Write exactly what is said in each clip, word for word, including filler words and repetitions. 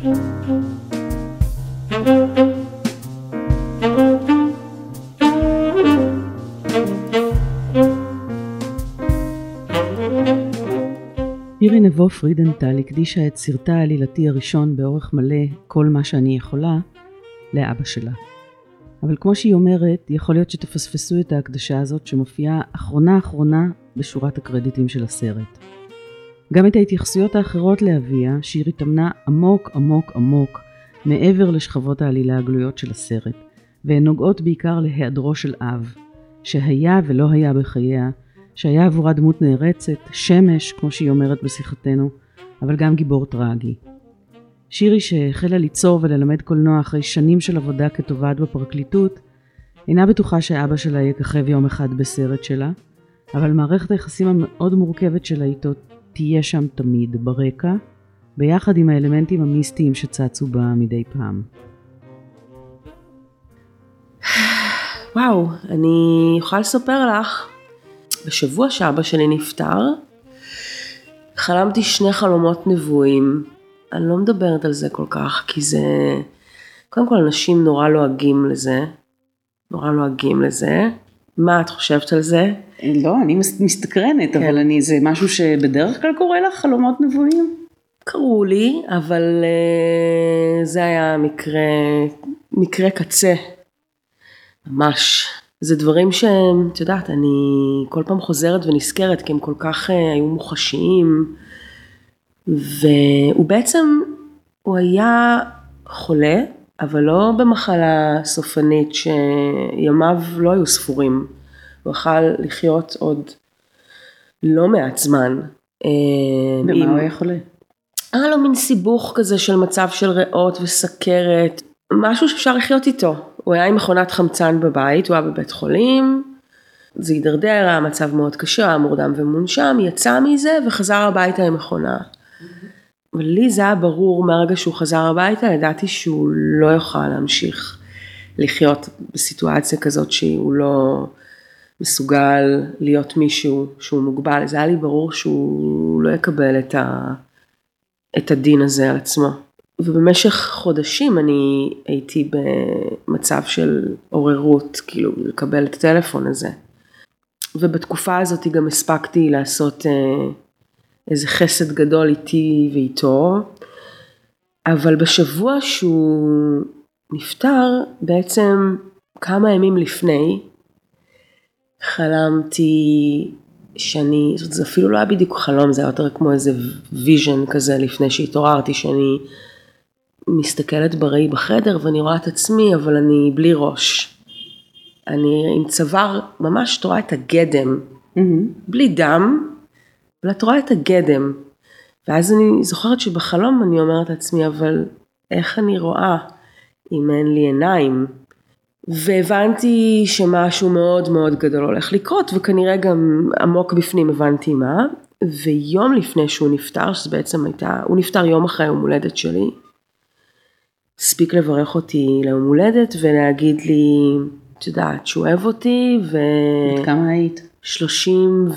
שירי נבו פרידנטל הקדישה את סרטה העלילתי הראשון באורך מלא, כל מה שאני יכולה, לאבא שלה. אבל כמו שהיא אומרת, יכול להיות שתפספסו את ההקדשה הזאת שמופיעה אחרונה אחרונה בשורת הקרדיטים של הסרט. גם את ההתייחסויות האחרות לאביה, שירי תמנה עמוק עמוק עמוק מעבר לשכבות העלילה הגלויות של הסרט, והן נוגעות בעיקר להיעדרו של אב, שהיה ולא היה בחייה, שהיה עבורה דמות נערצת, שמש, כמו שהיא אומרת בשיחתנו, אבל גם גיבור טרגי. שירי שהחלה ליצור וללמד קולנוע אחרי שנים של עבודה כתובעת בפרקליטות, אינה בטוחה שאבא שלה יככב יום אחד בסרט שלה, אבל מערכת היחסים המאוד מורכבת שלה איתו תהיה שם תמיד ברקע, ביחד עם האלמנטים המיסטיים שצצו בה מדי פעם. וואו, אני יכולה לספר לך, בשבוע שאבא שלי נפטר, חלמתי שני חלומות נבואים. אני לא מדברת על זה כל כך, כי זה, קודם כל אנשים נורא לועגים לזה, נורא לועגים לזה. מה את חושבת על זה? לא, אני מסתקרנת, כן. אבל אני, זה משהו שבדרך כלל קורה לך, חלומות נבואים? קראו לי, אבל uh, זה היה מקרה, מקרה קצה, ממש. זה דברים שהם, את יודעת, אני כל פעם חוזרת ונזכרת, כי הם כל כך uh, היו מוחשיים, והוא בעצם, הוא היה חולה, אבל לא במחלה סופנית שימיו לא היו ספורים. הוא יכל לחיות עוד לא מעט זמן. במה עם... הוא היה חולה? היה לו מין סיבוך כזה של מצב של ריאות וסכרת, משהו שאפשר לחיות איתו. הוא היה עם מכונת חמצן בבית, הוא היה בבית חולים, זה הידרדר, היה מצב מאוד קשה, היה מורדם ומונשם, יצא מזה וחזר הביתה עם מכונה. ולי זה היה ברור מהרגע שהוא חזר הביתה, ידעתי שהוא לא יוכל להמשיך לחיות בסיטואציה כזאת שהוא לא מסוגל להיות מישהו שהוא מוגבל. זה היה לי ברור שהוא לא יקבל את, ה, את הדין הזה על עצמו. ובמשך חודשים אני הייתי במצב של עוררות, כאילו לקבל את הטלפון הזה. ובתקופה הזאת גם הספקתי לעשות איזה חסד גדול איתי ואיתו, אבל בשבוע שהוא נפטר, בעצם כמה ימים לפני, חלמתי שאני, זאת אומרת, זה אפילו לא היה בדיוק חלום, זה היה יותר כמו איזה ויז'ן כזה לפני שהתעוררתי, שאני מסתכלת בראי בחדר ואני רואה את עצמי, אבל אני בלי ראש. אני עם צוואר, ממש תרואה את הגדם, mm-hmm. בלי דם, אבל את רואה את הגדם. ואז אני זוכרת שבחלום אני אומרת לעצמי, אבל איך אני רואה אם אין לי עיניים? והבנתי שמשהו מאוד מאוד גדול הולך לקרות, וכנראה גם עמוק בפנים הבנתי מה. ויום לפני שהוא נפטר, שזה בעצם הייתה, הוא נפטר יום אחרי יום הולדת שלי, הספיק לברך אותי ליום הולדת ולהגיד לי, את יודעת, שהוא אוהב אותי, ו... עד כמה היית? שלושים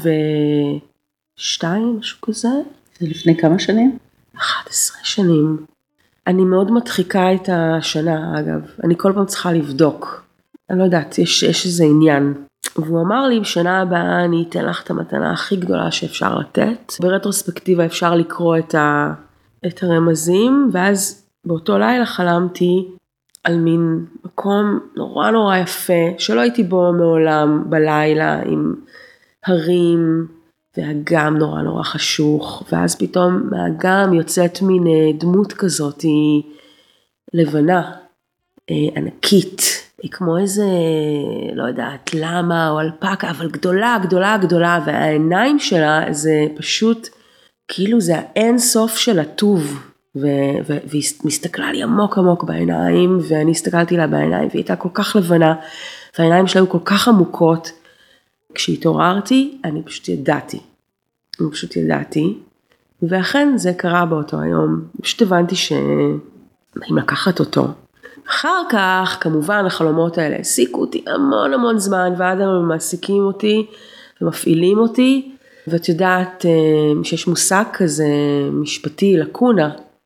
ושתיים, משהו כזה. זה לפני כמה שנים? אחת עשרה שנים. אני מאוד מדחיקה את השנה, אגב. אני כל פעם צריכה לבדוק. אני לא יודעת, יש, יש איזה עניין. והוא אמר לי, בשנה הבאה אני אתן לך את המתנה הכי גדולה שאפשר לתת. ברטרוספקטיבה אפשר לקרוא את, ה, את הרמזים, ואז באותו לילה חלמתי על מין מקום נורא נורא יפה, שלא הייתי בו מעולם בלילה, עם הרים, והאגם נורא נורא חשוך, ואז פתאום מהאגם יוצאת מין דמות כזאת, היא לבנה, ענקית, היא כמו איזה, לא יודעת, למה או אלפקה, אבל גדולה, גדולה, גדולה, והעיניים שלה זה פשוט, כאילו זה האין סוף של הטוב, ו- ו- והיא מסתכלה לי עמוק עמוק בעיניים, ואני הסתכלתי לה בעיניים, והיא הייתה כל כך לבנה, והעיניים שלה היו כל כך עמוקות. כשהתעוררתי, אני פשוט ידעתי, אני פשוט ידעתי, ואכן זה קרה באותו היום, פשוט הבנתי שאני לקחת אותו. אחר כך, כמובן, החלומות האלה העסיקו אותי המון המון זמן, ועד הם מעסיקים אותי, ומפעילים אותי, ואת יודעת שיש מושג כזה משפטי, לקונה,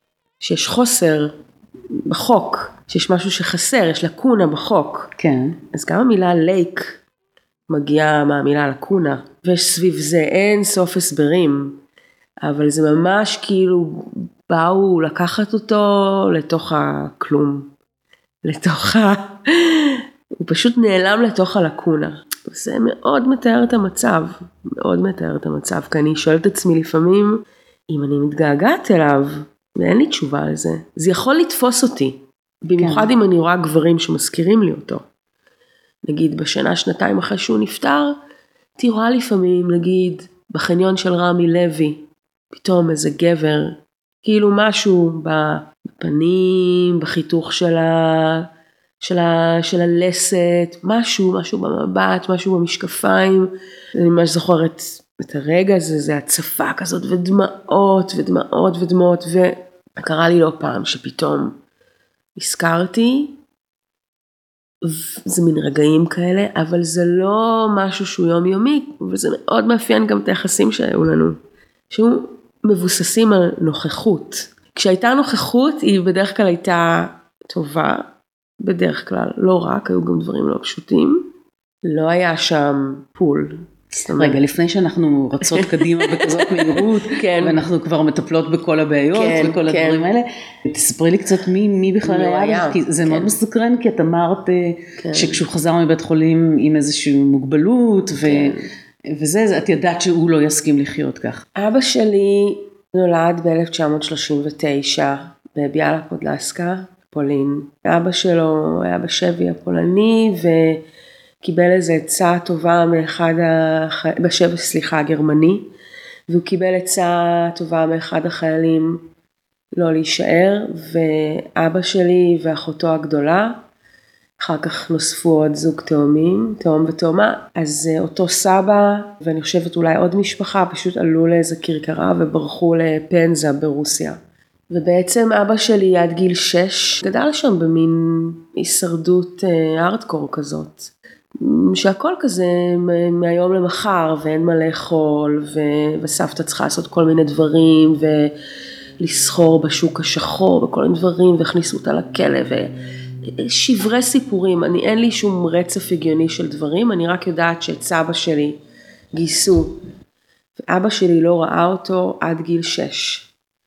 שיש חוסר בחוק, שיש משהו שחסר, יש לקונה בחוק. כן. אז גם המילה לייק מגיעה מהמילה לקונה, ויש סביב זה אין סוף הסברים, אבל זה ממש כאילו באו לקחת אותו לתוך הכלום, לתוך ה... הוא פשוט נעלם לתוך הלקונה. זה מאוד מתאר את המצב, מאוד מתאר את המצב, כי אני שואלת את עצמי לפעמים, אם אני מתגעגעת אליו, ואין לי תשובה לזה, זה יכול לתפוס אותי, במיוחד אם אני רואה גברים שמזכירים לי אותו. נגיד בשנה, שנתיים אחרי שהוא נפטר, תראה לפעמים, נגיד, בחניון של רמי לוי, פתאום איזה גבר, כאילו משהו בפנים, בחיתוך של ה... של, ה, של הלסת, משהו, משהו במבט, משהו במשקפיים, אני ממש זוכרת את הרגע הזה, זה הצפה כזאת, ודמעות, ודמעות, ודמעות, וקרה לי לא פעם שפתאום הזכרתי, זה מין רגעים כאלה, אבל זה לא משהו שהוא יומיומי, וזה מאוד מאפיין גם את היחסים שהיו לנו, שהוא מבוססים על נוכחות. כשהייתה נוכחות, היא בדרך כלל הייתה טובה, בדרך כלל, לא רק, היו גם דברים לא פשוטים, לא היה שם פול. רגע, לפני שאנחנו רצות קדימה בכזאת מהירות, כן. ואנחנו כבר מטפלות בכל הבעיות, כן, וכל כן. הדברים האלה, תספרי לי קצת מי, מי בכלל מי היה, היה, כי זה כן. מאוד מסקרן, כי את אמרת כן. שכשהוא חזר מבית חולים עם איזושהי מוגבלות, ו... כן. וזה, את ידעת שהוא לא יסכים לחיות כך. אבא שלי נולד ב-אלף תשע מאות שלושים ותשע, בביאלה פודלסקה, פולין. אבא שלו היה בשבי הפולני, וקיבל איזו עצה טובה מאחד, הח... בשבי, סליחה, הגרמני, והוא קיבל עצה טובה מאחד החיילים לא להישאר, ואבא שלי ואחותו הגדולה, אחר כך נוספו עוד זוג תאומים, תאום ותאומה, אז אותו סבא, ואני חושבת אולי עוד משפחה, פשוט עלו לאיזה כרכרה וברחו לפנזה ברוסיה. ובעצם אבא שלי עד גיל שש גדל שם במין הישרדות הארדקור כזאת, שהכל כזה מהיום למחר, ואין מה לאכול, ו- וסבתא צריכה לעשות כל מיני דברים, ולסחור בשוק השחור, וכל מיני דברים, והכניסו אותה לכלא, ושברי סיפורים. אני אין לי שום רצף הגיוני של דברים, אני רק יודעת שאת סבא שלי גייסו, ואבא שלי לא ראה אותו עד גיל שש.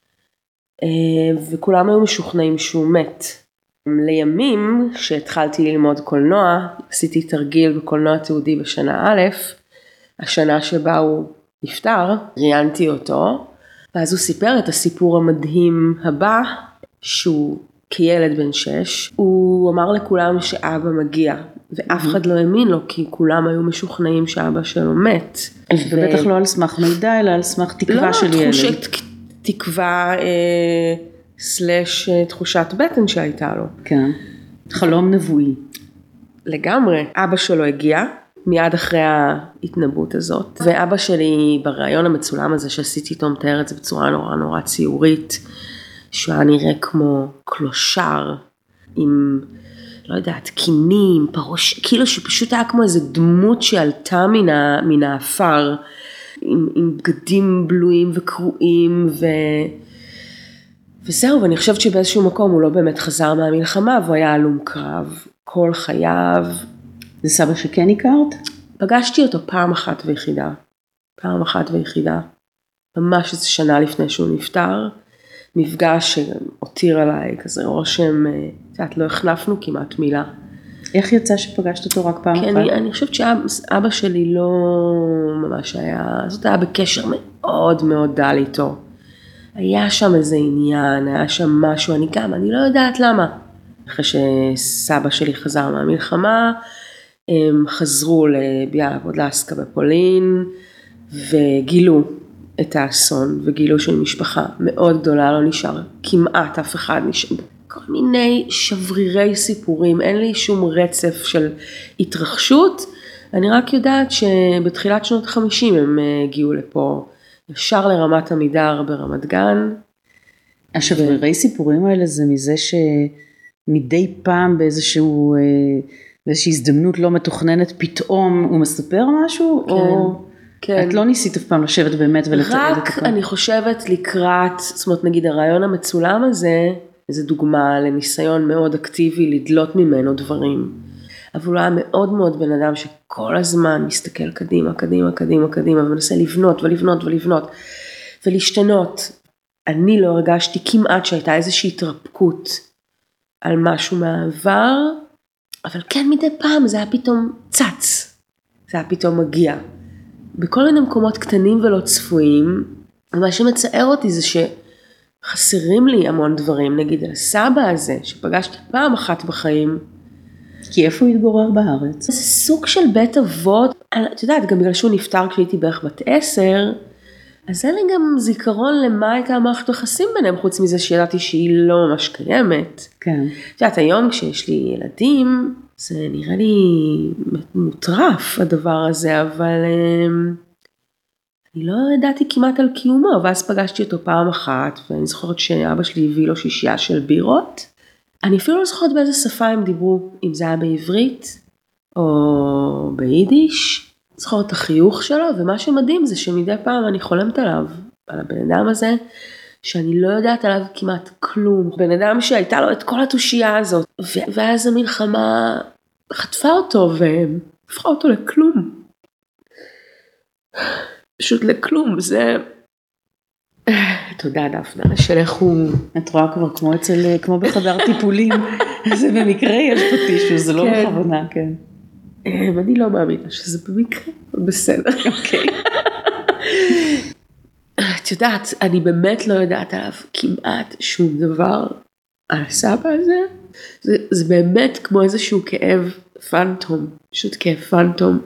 וכולם היו משוכנעים שהוא מת. לימים שהתחלתי ללמוד קולנוע, עשיתי תרגיל בקולנוע תיעודי בשנה א', השנה שבה הוא נפטר, ראיינתי אותו, ואז הוא סיפר את הסיפור המדהים הבא, שהוא כילד בן שש, הוא אמר לכולם שאבא מגיע, ואף אחד לא האמין לו, כי כולם היו משוכנעים שאבא שלו מת. ובטח לא על סמך מידע, אלא על סמך תקווה של ילד. לא, תחושת תקווה אה, סלש אה, תחושת בטן שהייתה לו. כן, חלום נבואי. לגמרי. אבא שלו הגיע מיד אחרי ההתנבאות הזאת, ואבא שלי ברעיון המצולם הזה שעשיתי איתו מתאר את זה בצורה נורא נורא ציורית, שהוא היה נראה כמו קלושר, עם, לא יודעת, קינים, פרוש, כאילו שפשוט היה כמו איזה דמות שעלתה מן, ה, מן האפר, עם, עם בגדים בלויים וקרועים, ו... וזהו, ואני חושבת שבאיזשהו מקום הוא לא באמת חזר מהמלחמה, והוא היה הלום קרב, כל חייו. זה סבא שכן הכרת? פגשתי אותו פעם אחת ויחידה, פעם אחת ויחידה, ממש איזה שנה לפני שהוא נפטר, מפגש שהותיר עליי כזה רושם, את יודעת, לא החנפנו כמעט מילה. איך יצא שפגשת אותו רק פעם אחת? כי אני, אני חושבת שאבא שלי לא ממש היה, זאת היה בקשר מאוד מאוד דל איתו. היה שם איזה עניין, היה שם משהו, אני גם, אני לא יודעת למה. אחרי שסבא שלי חזר מהמלחמה, הם חזרו לביאלה פודלסקה בפולין, וגילו את האסון, וגילו של משפחה מאוד גדולה, לא נשאר כמעט אף אחד נשאר. כל מיני שברירי סיפורים, אין לי שום רצף של התרחשות, אני רק יודעת שבתחילת שנות ה-חמישים הם הגיעו לפה, ישר לרמת עמידר ברמת גן. השברירי סיפורים האלה זה מזה שמדי פעם באיזשהו, באיזושהי הזדמנות לא מתוכננת, פתאום הוא מספר משהו? כן. או... כן. את לא ניסית אף פעם לשבת באמת ולתעד את הכל. רק אני חושבת לקראת, זאת אומרת נגיד הרעיון המצולם הזה, איזו דוגמה לניסיון מאוד אקטיבי לדלות ממנו דברים. אבל הוא היה מאוד מאוד בן אדם שכל הזמן מסתכל קדימה, קדימה, קדימה, קדימה, ומנסה לבנות ולבנות ולבנות ולהשתנות. אני לא הרגשתי כמעט שהייתה איזושהי התרפקות על משהו מהעבר, אבל כן מדי פעם זה היה פתאום צץ, זה היה פתאום מגיע. בכל מיני מקומות קטנים ולא צפויים, ומה שמצער אותי זה שחסרים לי המון דברים, נגיד על הסבא הזה, שפגשתי פעם אחת בחיים. כי איפה הוא התגורר בארץ? זה סוג של בית אבות, את יודעת, גם בגלל שהוא נפטר כשהייתי בערך בת עשר, אז אין לי גם זיכרון למה הייתה המערכת יחסים ביניהם, חוץ מזה שידעתי שהיא לא ממש קיימת. כן. את יודעת, היום כשיש לי ילדים, זה נראה לי מוטרף הדבר הזה, אבל אני לא ידעתי כמעט על קיומו, ואז פגשתי אותו פעם אחת, ואני זוכרת שאבא שלי הביא לו שישייה של בירות. אני אפילו לא זוכרת באיזה שפה הם דיברו, אם זה היה בעברית או ביידיש. זוכרת את החיוך שלו, ומה שמדהים זה שמדי פעם אני חולמת עליו, על הבן אדם הזה, שאני לא יודעת עליו כמעט כלום. בן אדם שהייתה לו את כל התושייה הזאת, ואז המלחמה חטפה אותו והפכה אותו לכלום. פשוט לכלום, זה... תודה דפנה, של איך הוא... את רואה כבר כמו אצל, כמו בחדר טיפולים, זה במקרה יש פה טישו, זה לא בכוונה, כן. אני לא מאמינה שזה במקרה, בסדר. אוקיי. את יודעת, אני באמת לא יודעת עליו כמעט שום דבר על הסבא הזה. זה, זה באמת כמו איזשהו כאב פנטום, פשוט כאב פנטום.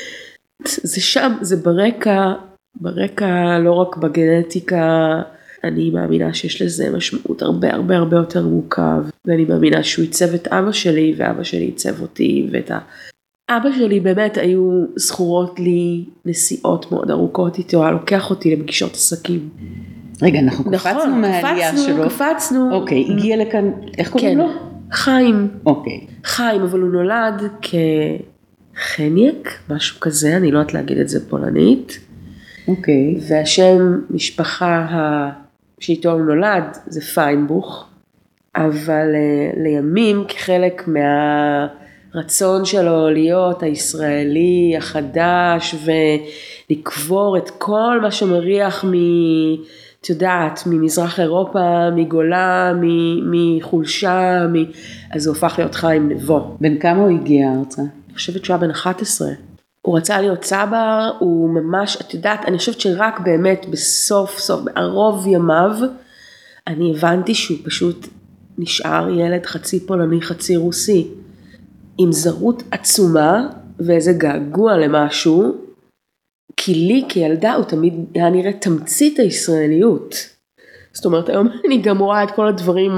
זה שם, זה ברקע, ברקע לא רק בגנטיקה, אני מאמינה שיש לזה משמעות הרבה הרבה הרבה יותר מורכב, ואני מאמינה שהוא ייצב את אבא שלי, ואבא שלי ייצב אותי, ואת ה... אבא שלי באמת היו זכורות לי נסיעות מאוד ארוכות איתו, היה לוקח אותי לפגישות עסקים. רגע, אנחנו קפצנו מהעלייה שלו. קפצנו. אוקיי, הגיע לכאן, איך קוראים לו? חיים. אוקיי. חיים, אבל הוא נולד כחניק, משהו כזה, אני לא יודעת להגיד את זה פולנית. אוקיי. והשם משפחה שאיתו הוא נולד זה פיינבוך, אבל לימים כחלק מה... רצון שלו להיות הישראלי החדש ולקבור את כל מה שמריח מ... את יודעת, ממזרח אירופה, מגולה, מחולשה, מ... אז הוא הופך להיות חיים נבו. בן כמה הוא הגיע ארצה? אני חושבת שהוא היה בן אחת עשרה. הוא רצה להיות צבר, הוא ממש, את יודעת, אני חושבת שרק באמת בסוף סוף, בערוב ימיו, אני הבנתי שהוא פשוט נשאר ילד חצי פולני, חצי רוסי. עם זרות עצומה ואיזה געגוע למשהו, כי לי כילדה הוא תמיד היה נראה תמצית הישראליות. זאת אומרת, היום אני גם רואה את כל הדברים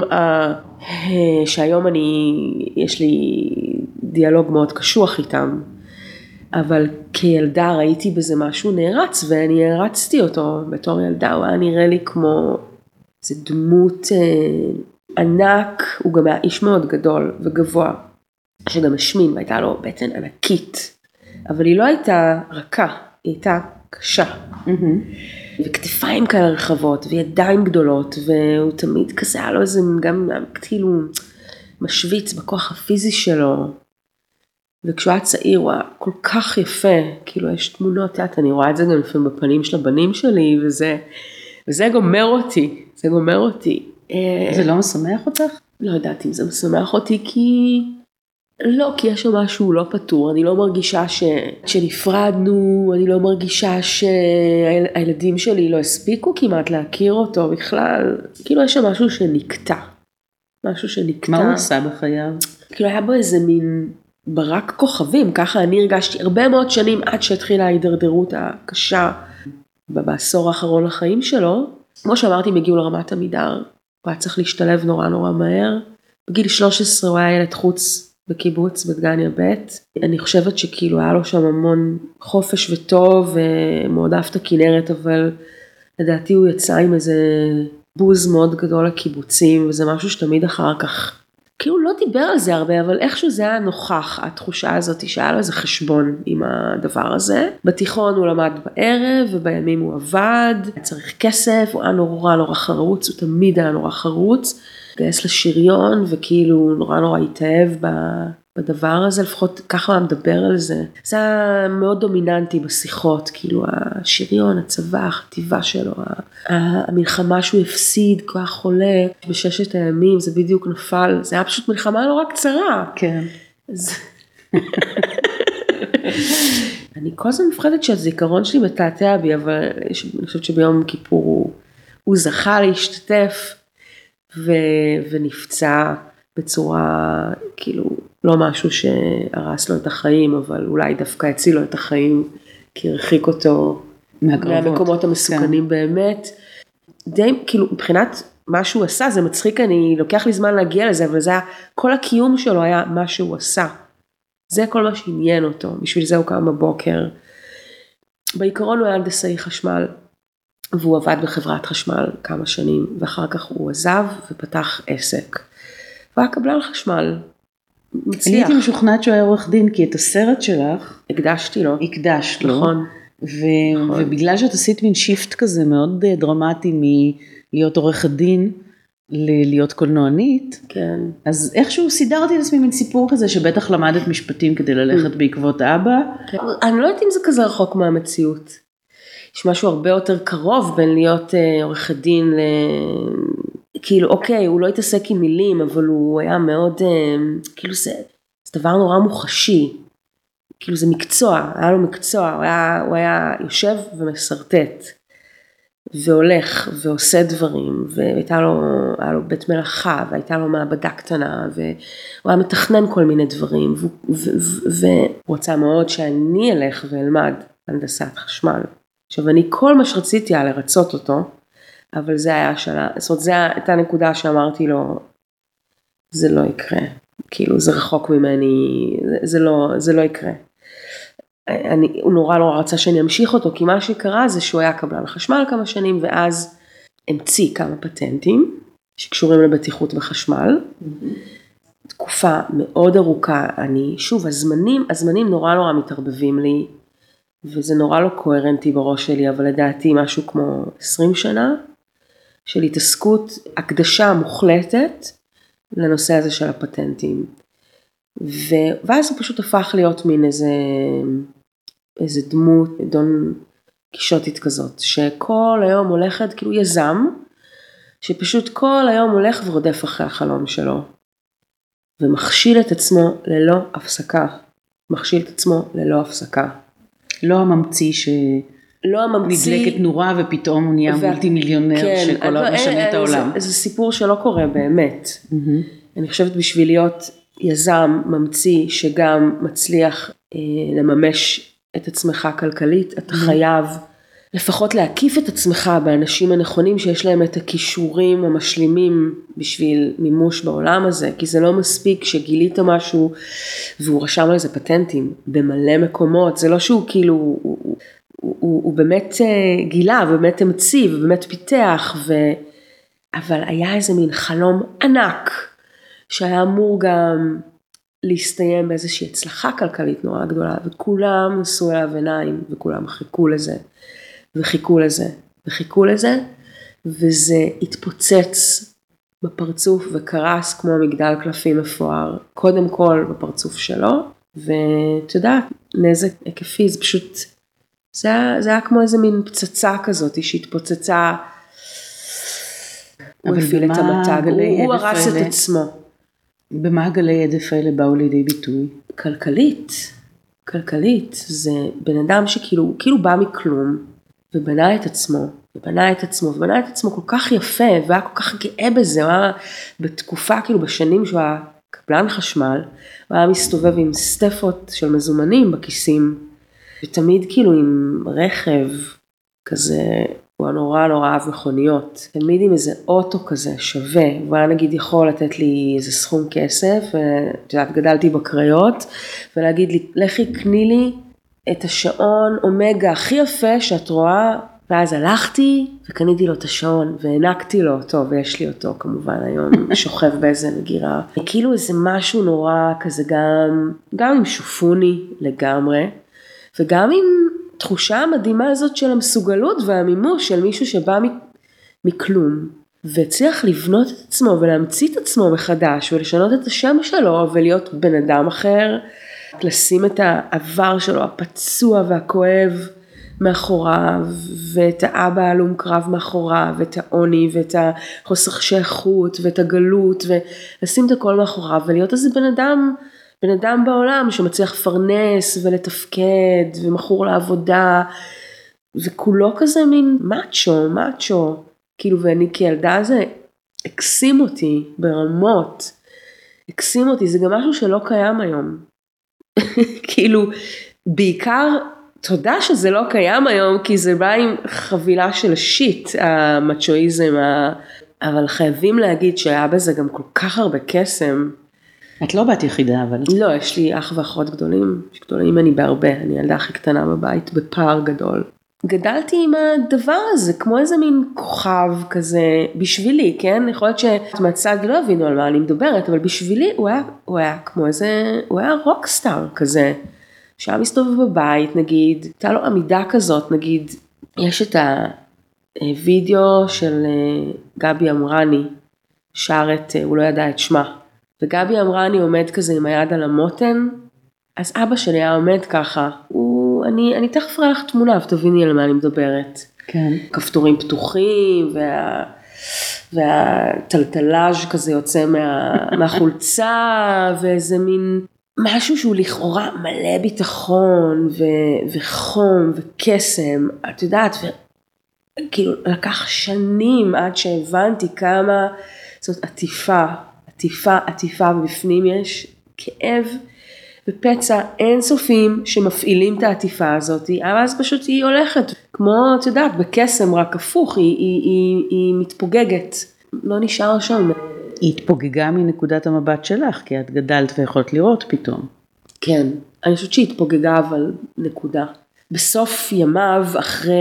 שהיום אני, יש לי דיאלוג מאוד קשוח איתם, אבל כילדה ראיתי בזה משהו נערץ, ואני הרצתי אותו בתור ילדה, הוא היה נראה לי כמו איזה דמות ענק, הוא גם היה איש מאוד גדול וגבוה. שגם השמין, והייתה לו בטן ענקית, אבל היא לא הייתה רכה, היא הייתה קשה, mm-hmm. וכתפיים כאלה רחבות, וידיים גדולות, והוא תמיד כזה, היה לו איזה גם כאילו משוויץ בכוח הפיזי שלו, וכשהוא היה צעיר, הוא היה כל כך יפה, כאילו יש תמונות, אני רואה את זה גם לפעמים בפנים של הבנים שלי, וזה, וזה גומר אותי, זה גומר אותי. זה לא משמח אותך? לא יודעת אם זה משמח אותי, כי... לא, כי יש שם משהו לא פתור, אני לא מרגישה ש... שנפרדנו, אני לא מרגישה שהילדים שלי לא הספיקו כמעט להכיר אותו בכלל, כאילו יש שם משהו שנקטע, משהו שנקטע. מה הוא עושה בחייו? כאילו היה בו איזה מין ברק כוכבים, ככה אני הרגשתי הרבה מאוד שנים עד שהתחילה ההידרדרות הקשה בעשור האחרון לחיים שלו, כמו שאמרתי הם הגיעו לרמת עמידר, הוא היה צריך להשתלב נורא נורא מהר, בגיל שלוש עשרה הוא היה ילד חוץ, בקיבוץ בדגניה ב', אני חושבת שכאילו היה לו שם המון חופש וטוב, ומאוד אהב את הכנרת, אבל לדעתי הוא יצא עם איזה בוז מאוד גדול לקיבוצים, וזה משהו שתמיד אחר כך, כאילו לא דיבר על זה הרבה, אבל איכשהו זה היה נוכח, התחושה הזאת שהיה לו איזה חשבון עם הדבר הזה. בתיכון הוא למד בערב, ובימים הוא עבד, צריך כסף, הוא היה נורא נורא חרוץ, הוא תמיד היה נורא חרוץ, גייס לשריון, וכאילו נורא נורא התאהב בדבר הזה, לפחות ככה הוא מדבר על זה. זה היה מאוד דומיננטי בשיחות, כאילו השריון, הצבא, החטיבה שלו, המלחמה שהוא הפסיד, כל החולה, בששת הימים זה בדיוק נפל, זה היה פשוט מלחמה נורא קצרה. כן. אז... אני כל הזמן מפחדת שהזיכרון שלי מתעתע בי, אבל אני חושבת שביום כיפור הוא, הוא זכה להשתתף, ו... ונפצע בצורה, כאילו, לא משהו שהרס לו את החיים, אבל אולי דווקא הציל לו את החיים, כי הרחיק אותו מהקרבות. מהמקומות המסוכנים כן. באמת. די, כאילו, מבחינת מה שהוא עשה, זה מצחיק, אני לוקח לי זמן להגיע לזה, אבל זה היה, כל הקיום שלו היה מה שהוא עשה. זה כל מה שעניין אותו, בשביל זה הוא קם בבוקר. בעיקרון הוא היה הנדסאי חשמל, והוא עבד בחברת חשמל כמה שנים, ואחר כך הוא עזב ופתח עסק. והוא היה קבלן חשמל, מצליח. אני הייתי משוכנעת שהוא היה עורך דין, כי את הסרט שלך, הקדשתי לו. הקדשת לו. נכון. ו- נכון. ובגלל שאת עשית מין שיפט כזה מאוד דרמטי מלהיות עורכת דין, להיות קולנוענית, כן. אז איכשהו סידרתי לעצמי מין סיפור כזה, שבטח למדת משפטים כדי ללכת בעקבות אבא. כן. אני לא יודעת אם זה כזה רחוק מהמציאות. יש משהו הרבה יותר קרוב בין להיות עורכת דין ל... כאילו, אוקיי, הוא לא התעסק עם מילים, אבל הוא היה מאוד, כאילו זה, זה דבר נורא מוחשי. כאילו זה מקצוע, היה לו מקצוע, הוא היה, הוא היה יושב ומסרטט. והולך ועושה דברים, והייתה לו, היה לו בית מלאכה, והייתה לו מעבדה קטנה, והוא היה מתכנן כל מיני דברים, והוא רצה מאוד שאני אלך ואלמד הנדסת חשמל. עכשיו, אני כל מה שרציתי היה לרצות אותו, אבל זה היה השאלה, זאת אומרת, זו הייתה נקודה שאמרתי לו, זה לא יקרה, כאילו זה רחוק ממני, זה, זה, לא, זה לא יקרה. אני, הוא נורא לא רצה שאני אמשיך אותו, כי מה שקרה זה שהוא היה קבלן חשמל כמה שנים, ואז המציא כמה פטנטים, שקשורים לבטיחות בחשמל, mm-hmm. תקופה מאוד ארוכה, אני, שוב, הזמנים, הזמנים נורא נורא מתערבבים לי, וזה נורא לא קוהרנטי בראש שלי, אבל לדעתי משהו כמו עשרים שנה, של התעסקות, הקדשה מוחלטת, לנושא הזה של הפטנטים. ו... ואז הוא פשוט הפך להיות מין איזה, איזה דמות, דון קישוטית כזאת, שכל היום הולכת, כאילו יזם, שפשוט כל היום הולך ורודף אחרי החלום שלו, ומכשיל את עצמו ללא הפסקה, מכשיל את עצמו ללא הפסקה. לא הממציא ש... לא הממציא... נדלקת נורה ופתאום הוא נהיה ו... מולטי מיליונר כן, שכל עוד משנה את העולם. זה, זה סיפור שלא קורה באמת. Mm-hmm. אני חושבת בשביל להיות יזם, ממציא, שגם מצליח אה, לממש את עצמך כלכלית, אתה mm-hmm. חייב לפחות להקיף את עצמך באנשים הנכונים שיש להם את הכישורים המשלימים בשביל מימוש בעולם הזה, כי זה לא מספיק שגילית משהו והוא רשם על זה פטנטים במלא מקומות, זה לא שהוא כאילו, הוא, הוא, הוא, הוא באמת גילה ובאמת המציא ובאמת פיתח, ו... אבל היה איזה מין חלום ענק שהיה אמור גם להסתיים באיזושהי הצלחה כלכלית נורא גדולה, וכולם נשאו אליו עיניים וכולם חיכו לזה. וחיכו לזה, וחיכו לזה, וזה התפוצץ בפרצוף וקרס כמו מגדל קלפים מפואר, קודם כל בפרצוף שלו, ואתה יודע, נזק היקפי, זה פשוט, זה היה, זה היה כמו איזה מין פצצה כזאת, שהתפוצצה, הוא הפעיל את המתג, הוא, הוא הרס את עצמו. במה גלי עדף האלה באו לידי ביטוי? כלכלית, כלכלית, זה בן אדם שכאילו, כאילו בא מכלום, ובנה את עצמו, ובנה את עצמו, ובנה את עצמו כל כך יפה, והיה כל כך גאה בזה, הוא היה בתקופה, כאילו בשנים שהוא היה קבלן חשמל, הוא היה מסתובב עם סטפות של מזומנים בכיסים, ותמיד כאילו עם רכב כזה, הוא היה נורא נורא אהב מכוניות, תמיד עם איזה אוטו כזה שווה, הוא היה נגיד יכול לתת לי איזה סכום כסף, ואת יודעת, גדלתי בקריות, ולהגיד לי, לכי קני לי, את השעון אומגה הכי יפה שאת רואה ואז הלכתי וקניתי לו את השעון והענקתי לו אותו, ויש לי אותו כמובן היום, שוכב באיזה מגירה. כאילו איזה משהו נורא כזה גם, גם עם שופוני לגמרי, וגם עם תחושה המדהימה הזאת של המסוגלות והמימוש של מישהו שבא מכלום, והצליח לבנות את עצמו ולהמציא את עצמו מחדש, ולשנות את השם שלו ולהיות בן אדם אחר, לשים את העבר שלו הפצוע והכואב מאחוריו, ואת האבא הלום קרב מאחוריו, ואת העוני, ואת החוסר שייכות, ואת הגלות, ולשים את הכל מאחוריו, ולהיות איזה בן אדם, בן אדם בעולם שמצליח לפרנס ולתפקד, ומכור לעבודה, וכולו כזה מין מאצ'ו, מאצ'ו, כאילו, ואני כילדה זה הקסים אותי ברמות, הקסים אותי, זה גם משהו שלא קיים היום. כאילו, בעיקר, תודה שזה לא קיים היום, כי זה בא עם חבילה של שיט, המצ'ואיזם, אבל חייבים להגיד שהיה בזה גם כל כך הרבה קסם. את לא בת יחידה, אבל... לא, יש לי אח ואחות גדולים, גדולים אני בהרבה, אני ילדה הכי קטנה בבית, בפער גדול. גדלתי עם הדבר הזה, כמו איזה מין כוכב כזה, בשבילי, כן? יכול להיות שמהצד לא הבינו על מה אני מדברת, אבל בשבילי הוא היה, הוא היה כמו איזה, הוא היה רוקסטאר כזה, שהיה מסתובב בבית, נגיד, הייתה לו עמידה כזאת, נגיד, יש את הוידאו של גבי אמרני, שרת, הוא לא ידע את שמה, וגבי אמרני עומד כזה עם היד על המותן, אז אבא שלי היה עומד ככה, הוא, אני, אני תכף ראה לך תמונה, ותביני על מה אני מדברת. כן. כפתורים פתוחים, וה, והטלטלאז' כזה יוצא מה, מהחולצה, ואיזה מין משהו שהוא לכאורה מלא ביטחון, ו, וחום, וקסם, את יודעת, וכאילו לקח שנים עד שהבנתי כמה זאת עטיפה, עטיפה, עטיפה, ובפנים יש כאב, ופצע אינסופים שמפעילים את העטיפה הזאת, אבל אז פשוט היא הולכת, כמו, את יודעת, בקסם רק הפוך, היא, היא, היא, היא מתפוגגת, לא נשאר שם. היא התפוגגה מנקודת המבט שלך, כי את גדלת ויכולת לראות פתאום. כן, אני חושבת שהיא התפוגגה, אבל נקודה. בסוף ימיו, אחרי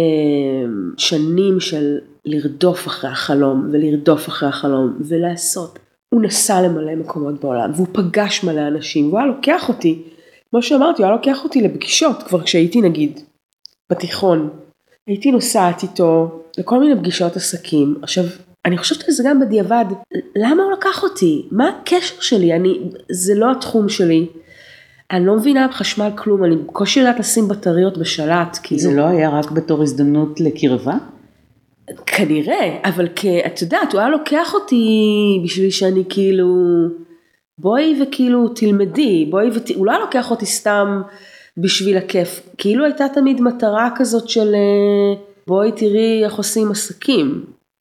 שנים של לרדוף אחרי החלום, ולרדוף אחרי החלום, ולעשות, הוא נסע למלא מקומות בעולם, והוא פגש מלא אנשים, והוא היה לוקח אותי, כמו שאמרתי, הוא היה לוקח אותי לפגישות, כבר כשהייתי נגיד בתיכון, הייתי נוסעת איתו לכל מיני פגישות עסקים. עכשיו, אני חושבת על זה גם בדיעבד, למה הוא לקח אותי? מה הקשר שלי? אני, זה לא התחום שלי, אני לא מבינה בחשמל כלום, אני בקושי יודעת לשים בטריות בשלט. כאילו. זה לא היה רק בתור הזדמנות לקרבה? כנראה, אבל את יודעת, הוא היה לוקח אותי בשביל שאני כאילו, בואי וכאילו תלמדי, בואי ות... הוא לא היה לוקח אותי סתם בשביל הכיף, כאילו הייתה תמיד מטרה כזאת של בואי תראי איך עושים עסקים.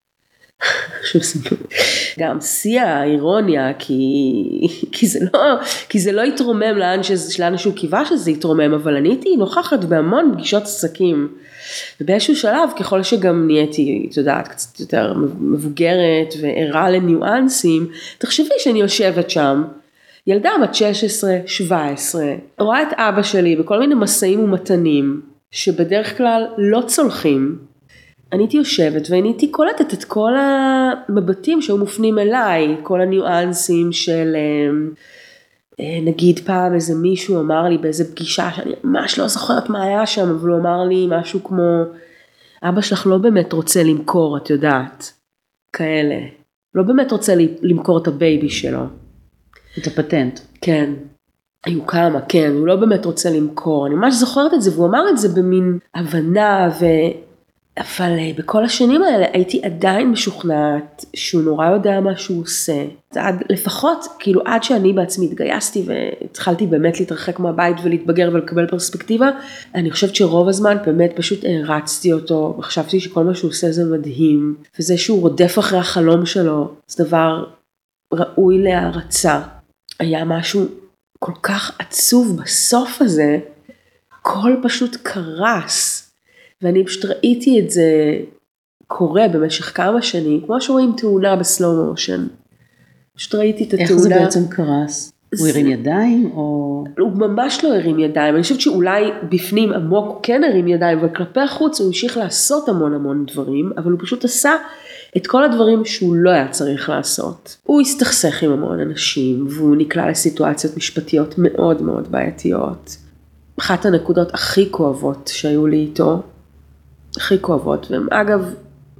גם שיא האירוניה, כי, כי, זה לא, כי זה לא יתרומם לאן, שזה, לאן שהוא קיווה שזה יתרומם, אבל אני הייתי נוכחת בהמון פגישות עסקים, ובאיזשהו שלב, ככל שגם נהייתי, את יודעת, קצת יותר מבוגרת וערה לניואנסים, תחשבי שאני יושבת שם, ילדה בת שש עשרה שבע עשרה, רואה את אבא שלי בכל מיני מסעים ומתנים, שבדרך כלל לא צולחים, אני הייתי יושבת ואני הייתי קולטת את כל המבטים שהיו מופנים אליי, כל הניואנסים של, נגיד פעם איזה מישהו אמר לי באיזה פגישה, שאני ממש לא זוכרת מה היה שם, אבל הוא אמר לי משהו כמו, אבא שלך לא באמת רוצה למכור, את יודעת, כאלה, לא באמת רוצה למכור את הבייבי שלו. את הפטנט. כן, היו כמה, כן, הוא לא באמת רוצה למכור, אני ממש זוכרת את זה, והוא אמר את זה במין הבנה ו... אבל בכל השנים האלה הייתי עדיין משוכנעת שהוא נורא יודע מה שהוא עושה. עד, לפחות כאילו עד שאני בעצמי התגייסתי והתחלתי באמת להתרחק מהבית ולהתבגר ולקבל פרספקטיבה, אני חושבת שרוב הזמן באמת פשוט הרצתי אותו, וחשבתי שכל מה שהוא עושה זה מדהים, וזה שהוא רודף אחרי החלום שלו, זה דבר ראוי להערצה. היה משהו כל כך עצוב בסוף הזה, כל פשוט קרס. ואני פשוט ראיתי את זה קורה במשך כמה שנים, כמו שרואים תאונה בסלואו מושן. פשוט ראיתי את התאונה. איך זה בעצם קרס? הוא הרים ידיים או... הוא ממש לא הרים ידיים, אני חושבת שאולי בפנים עמוק הוא כן הרים ידיים, אבל כלפי החוץ הוא המשיך לעשות המון המון דברים, אבל הוא פשוט עשה את כל הדברים שהוא לא היה צריך לעשות. הוא הסתכסך עם המון אנשים, והוא נקלע לסיטואציות משפטיות מאוד מאוד בעייתיות. אחת הנקודות הכי כואבות שהיו לי איתו, הכי כואבות, והן אגב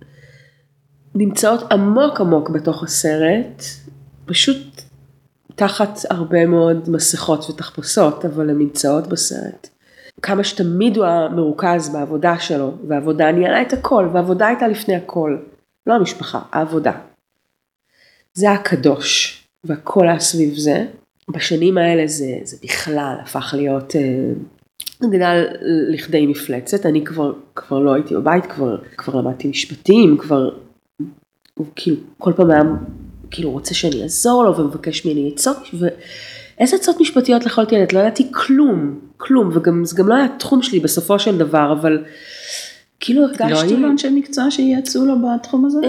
נמצאות עמוק עמוק בתוך הסרט, פשוט תחת הרבה מאוד מסכות ותחפושות, אבל הן נמצאות בסרט. כמה שתמיד הוא המרוכז בעבודה שלו, והעבודה ניהלה את הכל, והעבודה הייתה לפני הכל. לא המשפחה, העבודה. זה הקדוש, והכל היה סביב זה. בשנים האלה זה, זה בכלל הפך להיות, גדל לכדי מפלצת. אני כבר, כבר לא הייתי בבית, כבר, כבר למדתי משפטים, כבר, הוא כאילו, כל פעם היה, כאילו רוצה שאני אעזור לו, ומבקש ממני עצות, ואיזה עצות משפטיות יכולתי לתת? לא ידעתי כלום, כלום, וגם, זה גם לא היה תחום שלי בסופו של דבר, אבל כאילו הרגשתי... לא היו לו אנשי מקצוע שייעצו לו בתחום הזה?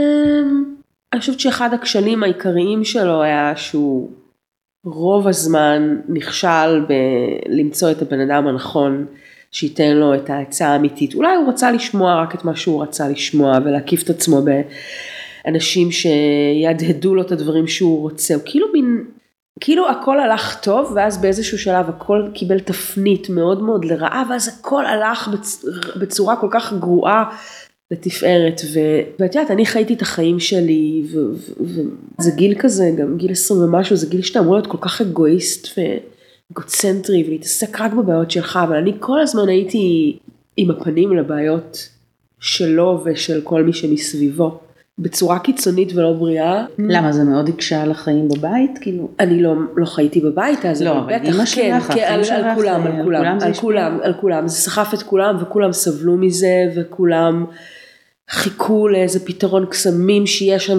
אני חושבת שאחד הכשלים העיקריים שלו היה שהוא רוב הזמן נכשל בלמצוא את הבן אדם הנכון שייתן לו את ההצעה האמיתית. אולי הוא רצה לשמוע רק את מה שהוא רצה לשמוע ולהקיף את עצמו באנשים שידהדו לו את הדברים שהוא רוצה. הוא כאילו מין... כאילו הכל הלך טוב, ואז באיזשהו שלב הכל קיבל תפנית מאוד מאוד לרעה, ואז הכל הלך בצורה כל כך גרועה לתפארת, ואת יודעת, אני חייתי את החיים שלי, וזה גיל כזה, גם גיל עשרים ומשהו, זה גיל שאתה אמור להיות כל כך אגואיסט ואגוצנטרי, ולהתעסק רק בבעיות שלך, אבל אני כל הזמן הייתי עם הפנים לבעיות שלו ושל כל מי שמסביבו. בצורה קיצונית ולא בריאה. למה זה מאוד הקשה על החיים בבית? כאילו... אני לא, לא חייתי בבית, אז לא, אבל אמא שלך, על, על, על כולם, על כולם, על כולם, על כולם, זה סחף את כולם, וכולם סבלו מזה, וכולם חיכו לאיזה פתרון קסמים שיהיה שם,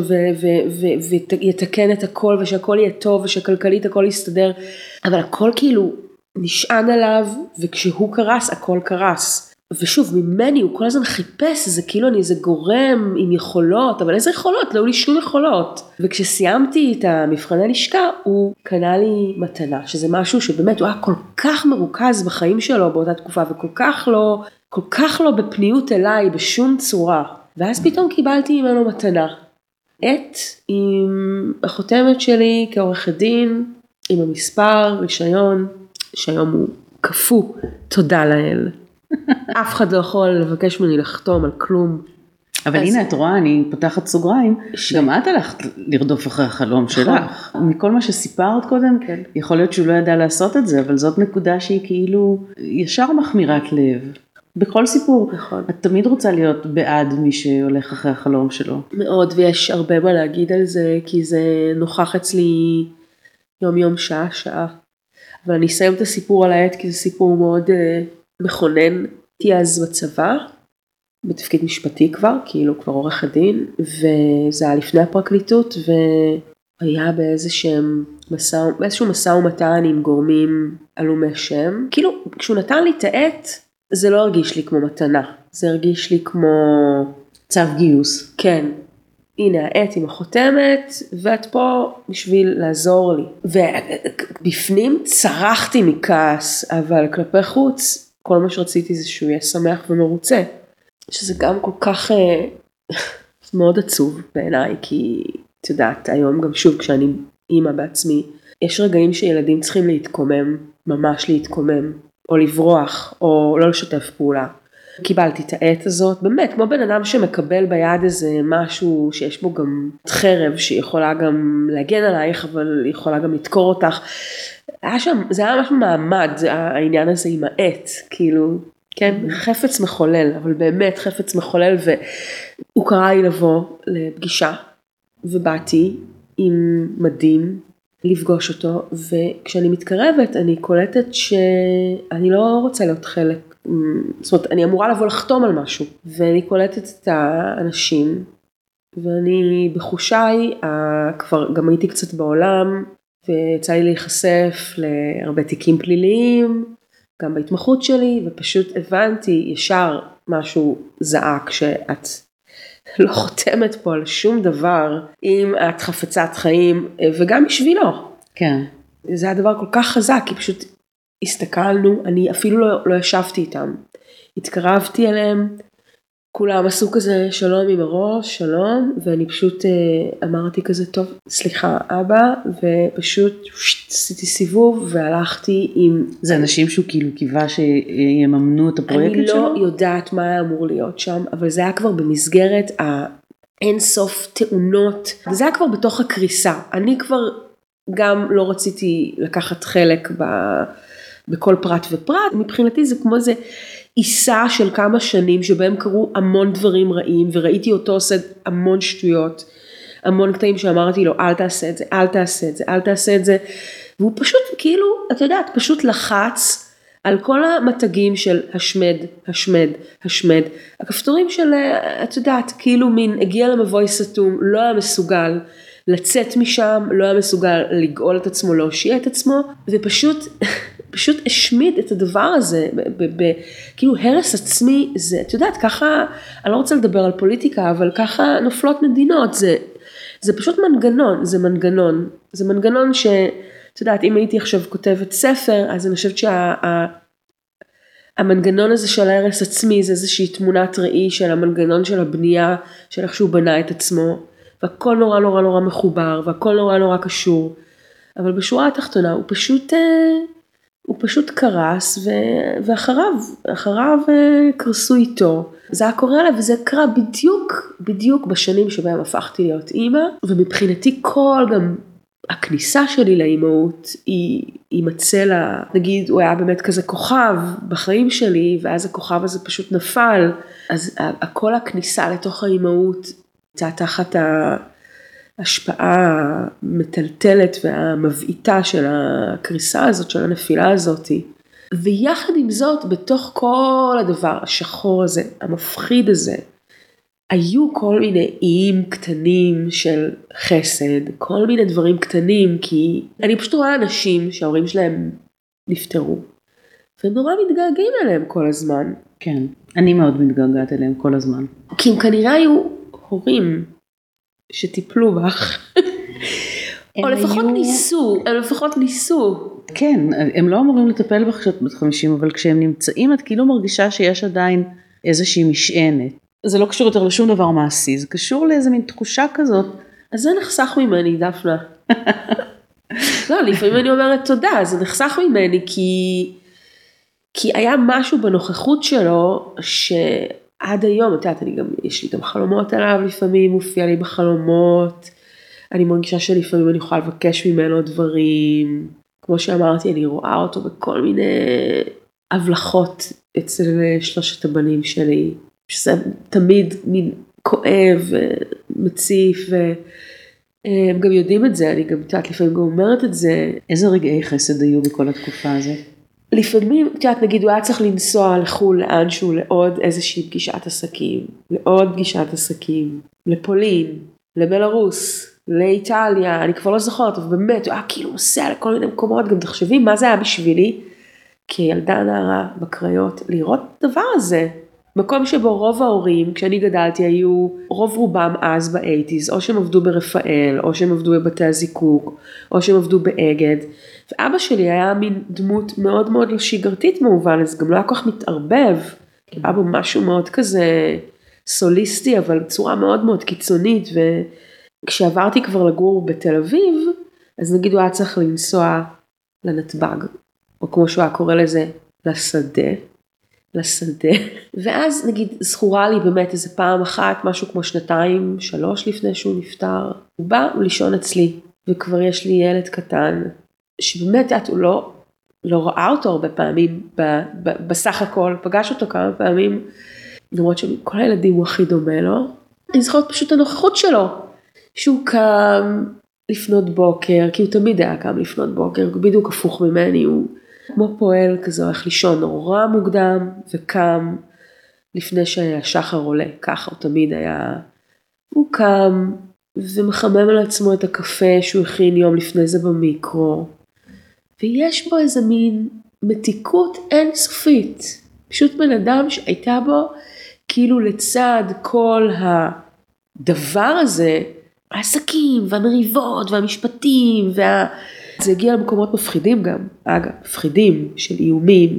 ויתקן את הכל, ושהכל יהיה טוב, ושכלכלית הכל יסתדר, אבל הכל כאילו נשען עליו, וכשהוא קרס, הכל קרס. ושוב, ממני הוא כל הזמן חיפש, זה כאילו אני איזה גורם עם יכולות, אבל איזה יכולות? לא היו לי שום יכולות. וכשסיימתי את המבחני לשכה, הוא קנה לי מתנה, שזה משהו שבאמת הוא היה כל כך מרוכז בחיים שלו באותה תקופה, וכל כך לא, כל כך לא בפניות אליי בשום צורה. ואז פתאום קיבלתי ממנו מתנה. את עם החותמת שלי כעורכת דין, עם המספר, רישיון, שהיום הוא כפו, תודה לאל. אף אחד לא יכול לבקש ממני לחתום על כלום. אבל הנה את רואה, אני פותחת סוגריים, גם את הלכת לרדוף אחרי החלום שלך. מכל מה שסיפרת קודם, יכול להיות שהוא לא ידע לעשות את זה, אבל זאת נקודה שהיא כאילו ישר מחמירת לב. בכל סיפור, את תמיד רוצה להיות בעד מי שהולך אחרי החלום שלו. מאוד, ויש הרבה מה להגיד על זה, כי זה נוכח אצלי יום יום, שעה, שעה. אבל אני אסיים את הסיפור על העט, כי זה סיפור מאוד... מכונן. הייתי אז בצבא, בתפקיד משפטי כבר, כאילו כבר עורך הדין, וזה היה לפני הפרקליטות, והיה באיזשהו מסע, באיזשהו מסע ומתן עם גורמים עלומי שם. כאילו, כשהוא נתן לי את העט, זה לא הרגיש לי כמו מתנה, זה הרגיש לי כמו... צו גיוס. כן. הנה העט עם החותמת, ואת פה בשביל לעזור לי. ובפנים צרחתי מכעס, אבל כלפי חוץ, כל מה שרציתי זה שהוא יהיה שמח ומרוצה. שזה גם כל כך מאוד עצוב בעיניי, כי את יודעת, היום גם שוב כשאני אימא בעצמי, יש רגעים שילדים צריכים להתקומם, ממש להתקומם, או לברוח, או לא לשתף פעולה. קיבלתי את העט הזאת, באמת, כמו בן אדם שמקבל ביד איזה משהו שיש בו גם חרב, שיכולה גם להגן עלייך, אבל יכולה גם לתקור אותך. היה שם, זה היה משהו מעמד, העניין הזה עם העט, כאילו, כן, חפץ מחולל, אבל באמת חפץ מחולל, והוא קרא לי לבוא לפגישה, ובאתי עם מדים, לפגוש אותו, וכשאני מתקרבת, אני קולטת שאני לא רוצה להיות חלק, זאת אומרת, אני אמורה לבוא לחתום על משהו, ואני קולטת את האנשים, ואני בחושיי, כבר גם הייתי קצת בעולם, ויצא לי להיחשף להרבה תיקים פליליים, גם בהתמחות שלי, ופשוט הבנתי ישר משהו זעק, שאת לא חותמת פה על שום דבר, אם את חפצת חיים, וגם בשבילו. כן. זה היה דבר כל כך חזק, כי פשוט הסתכלנו, אני אפילו לא, לא ישבתי איתם. התקרבתי אליהם, כולם עשו כזה שלום עם הראש, שלום, ואני פשוט אמרתי כזה, טוב, סליחה אבא, ופשוט עשיתי סיבוב והלכתי עם... זה אנשים שהוא כאילו קיווה שיממנו את הפרויקט שלו? אני לא יודעת מה היה אמור להיות שם, אבל זה היה כבר במסגרת האין סוף תאונות, וזה היה כבר בתוך הקריסה. אני כבר גם לא רציתי לקחת חלק ב... בכל פרט ופרט, מבחינתי זה כמו זה עיסה של כמה שנים שבהם קרו המון דברים רעים, וראיתי אותו עושה המון שטויות, המון קטעים שאמרתי לו אל תעשה את זה, אל תעשה את זה, אל תעשה את זה, והוא פשוט כאילו, את יודעת, פשוט לחץ על כל המתגים של השמד, השמד, השמד, הכפתורים של, את יודעת, כאילו מין הגיע למבוי סתום, לא היה מסוגל לצאת משם, לא היה מסוגל לגאול את עצמו, להושיע את עצמו, ופשוט... פשוט השמיד את הדבר הזה, ב- ב- ב- כאילו הרס עצמי, זה, את יודעת, ככה, אני לא רוצה לדבר על פוליטיקה, אבל ככה נופלות מדינות, זה, זה פשוט מנגנון, זה מנגנון, זה מנגנון ש, את יודעת, אם הייתי עכשיו כותבת ספר, אז אני חושבת שהמנגנון שה, הזה של הרס עצמי, זה איזושהי תמונת ראי של המנגנון של הבנייה, של איך שהוא בנה את עצמו, והכל נורא נורא נורא מחובר, והכל נורא נורא קשור, אבל בשורה התחתונה, הוא פשוט... הוא פשוט קרס, ו... ואחריו, אחריו קרסו איתו. זה היה קורה לה, וזה קרה בדיוק, בדיוק בשנים שבהם הפכתי להיות אימא, ומבחינתי כל גם הכניסה שלי לאימהות, היא, היא מצלה, נגיד, הוא היה באמת כזה כוכב בחיים שלי, ואז הכוכב הזה פשוט נפל, אז כל הכניסה לתוך האימהות, הייתה תחת ה... השפעה המטלטלת והמבעיטה של הקריסה הזאת, של הנפילה הזאת. ויחד עם זאת, בתוך כל הדבר השחור הזה, המפחיד הזה, היו כל מיני איים קטנים של חסד, כל מיני דברים קטנים, כי אני פשוט רואה אנשים שההורים שלהם נפטרו, ונורא מתגעגעים אליהם כל הזמן. כן, אני מאוד מתגעגעת אליהם כל הזמן. כי הם כנראה היו הורים, שטיפלו בך, או לפחות ניסו, הם לפחות ניסו. כן, הם לא אמורים לטפל בך כשאת בת חמישים, אבל כשהם נמצאים, את כאילו מרגישה שיש עדיין איזושהי משענת. זה לא קשור יותר לשום דבר מעשי, זה קשור לאיזה מין תחושה כזאת. אז זה נחסך ממני, דפנה. לא, לפעמים אני אומרת תודה, זה נחסך ממני, כי, כי היה משהו בנוכחות שלו, ש... עד היום, את יודעת, אני גם, יש לי גם חלומות עליו, לפעמים מופיע לי בחלומות, אני מרגישה שלפעמים אני יכולה לבקש ממנו דברים, כמו שאמרתי, אני רואה אותו בכל מיני הבלחות אצל שלושת הבנים שלי, שזה תמיד מין כואב ומציף, והם גם יודעים את זה, אני גם, את יודעת, לפעמים גם אומרת את זה. איזה רגעי חסד היו בכל התקופה הזאת? לפעמים, את יודעת, נגיד, הוא היה צריך לנסוע לחול לאנשהו לעוד איזושהי פגישת עסקים, לעוד פגישת עסקים, לפולין, לבלרוס, לאיטליה, אני כבר לא זוכרת, אבל באמת, הוא היה כאילו נוסע לכל מיני מקומות, גם תחשבי מה זה היה בשבילי, כילדה נערה בקריות, לראות את הדבר הזה, מקום שבו רוב ההורים, כשאני גדלתי, היו רוב רובם אז ב-שמונים, או שהם עבדו ברפאל, או שהם עבדו בבתי הזיקוק, או שהם עבדו באגד, ואבא שלי היה מין דמות מאוד מאוד לא שגרתית במובן, אז גם לא היה כל כך מתערבב, אבא משהו מאוד כזה סוליסטי, אבל בצורה מאוד מאוד קיצונית, וכשעברתי כבר לגור בתל אביב, אז נגיד הוא היה צריך לנסוע לנתב"ג, או כמו שהוא היה קורא לזה, לשדה, לשדה, ואז נגיד זכורה לי באמת איזה פעם אחת, משהו כמו שנתיים, שלוש לפני שהוא נפטר, הוא בא לישון אצלי, וכבר יש לי ילד קטן, שבאמת את, הוא לא, לא ראה אותו הרבה פעמים, ב, ב, בסך הכל, פגש אותו כמה פעמים, למרות שכל הילדים הוא הכי דומה לו, אני זוכרת פשוט הנוכחות שלו, שהוא קם לפנות בוקר, כי הוא תמיד היה קם לפנות בוקר, בדיוק הפוך ממני, הוא כמו פועל כזה, הולך לישון נורא מוקדם, וקם לפני שהשחר עולה, ככה הוא תמיד היה, הוא קם ומחמם על עצמו את הקפה שהוא הכין יום לפני זה במיקרו, ויש בו איזה מין מתיקות אינסופית, פשוט בן אדם שהייתה בו, כאילו לצד כל הדבר הזה, העסקים והמריבות והמשפטים וה... זה הגיע למקומות מפחידים גם, אגב, מפחידים של איומים,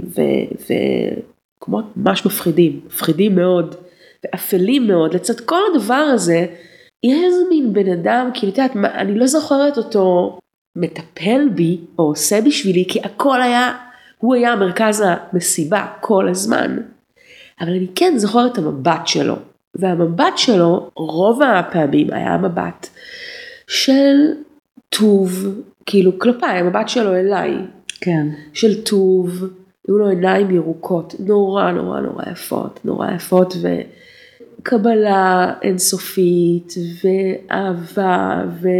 ומקומות ממש מפחידים, מפחידים מאוד, ואפלים מאוד, לצד כל הדבר הזה, יש איזה מין בן אדם, כאילו, תיודעת, אני לא זוכרת אותו מטפל בי, או עושה בשבילי, כי הכל היה, הוא היה מרכז המסיבה כל הזמן, אבל אני כן זוכרת את המבט שלו, והמבט שלו, רוב הפעמים היה המבט של טוב, כאילו כלפיי, המבט שלו אליי, כן. של טוב, היו לו עיניים ירוקות, נורא נורא נורא יפות, נורא יפות, וקבלה אינסופית, ואהבה,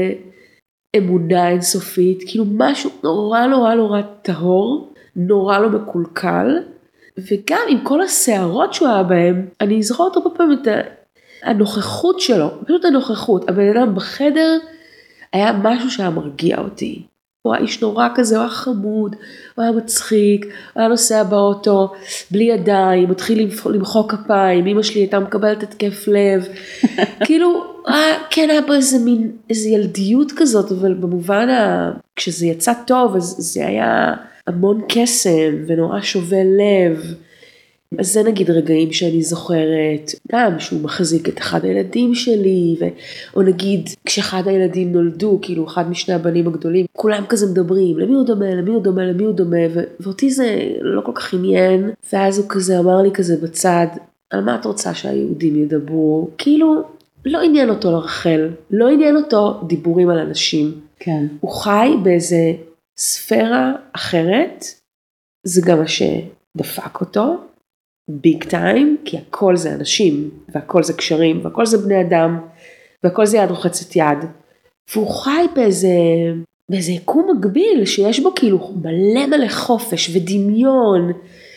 ואמונה אינסופית, כאילו משהו נורא נורא נורא טהור, נורא לא מקולקל, וגם עם כל השערות שהוא היה בהם, אני זוכרת הרבה פעמים את הנוכחות שלו, פשוט הנוכחות, הבן אדם בחדר, היה משהו שהיה מרגיע אותי, הוא היה איש נורא כזה, הוא היה חמוד, הוא היה מצחיק, הוא היה נוסע באוטו, בלי ידיים, מתחיל למחוא כפיים, אמא שלי הייתה מקבלת התקף לב, כאילו, כן היה פה איזה מין, איזה ילדיות כזאת, אבל במובן, כשזה יצא טוב, אז זה היה המון קסם, ונורא שובה לב, אז זה נגיד רגעים שאני זוכרת, גם שהוא מחזיק את אחד הילדים שלי, ו... או נגיד כשאחד הילדים נולדו, כאילו אחד משני הבנים הגדולים, כולם כזה מדברים, למי הוא דומה, למי הוא דומה, למי הוא דומה, ו... ואותי זה לא כל כך עניין, ואז הוא כזה אמר לי כזה בצד, על מה את רוצה שהיהודים ידברו? כאילו, לא עניין אותו לרחל, לא עניין אותו דיבורים על אנשים. כן. הוא חי באיזה ספירה אחרת, זה גם מה שדפק אותו, ביג טיים, כי הכל זה אנשים, והכל זה קשרים, והכל זה בני אדם, והכל זה יד רוחצת יד, והוא חי באיזה, באיזה יקום מקביל, שיש בו כאילו מלא מלא חופש, ודמיון,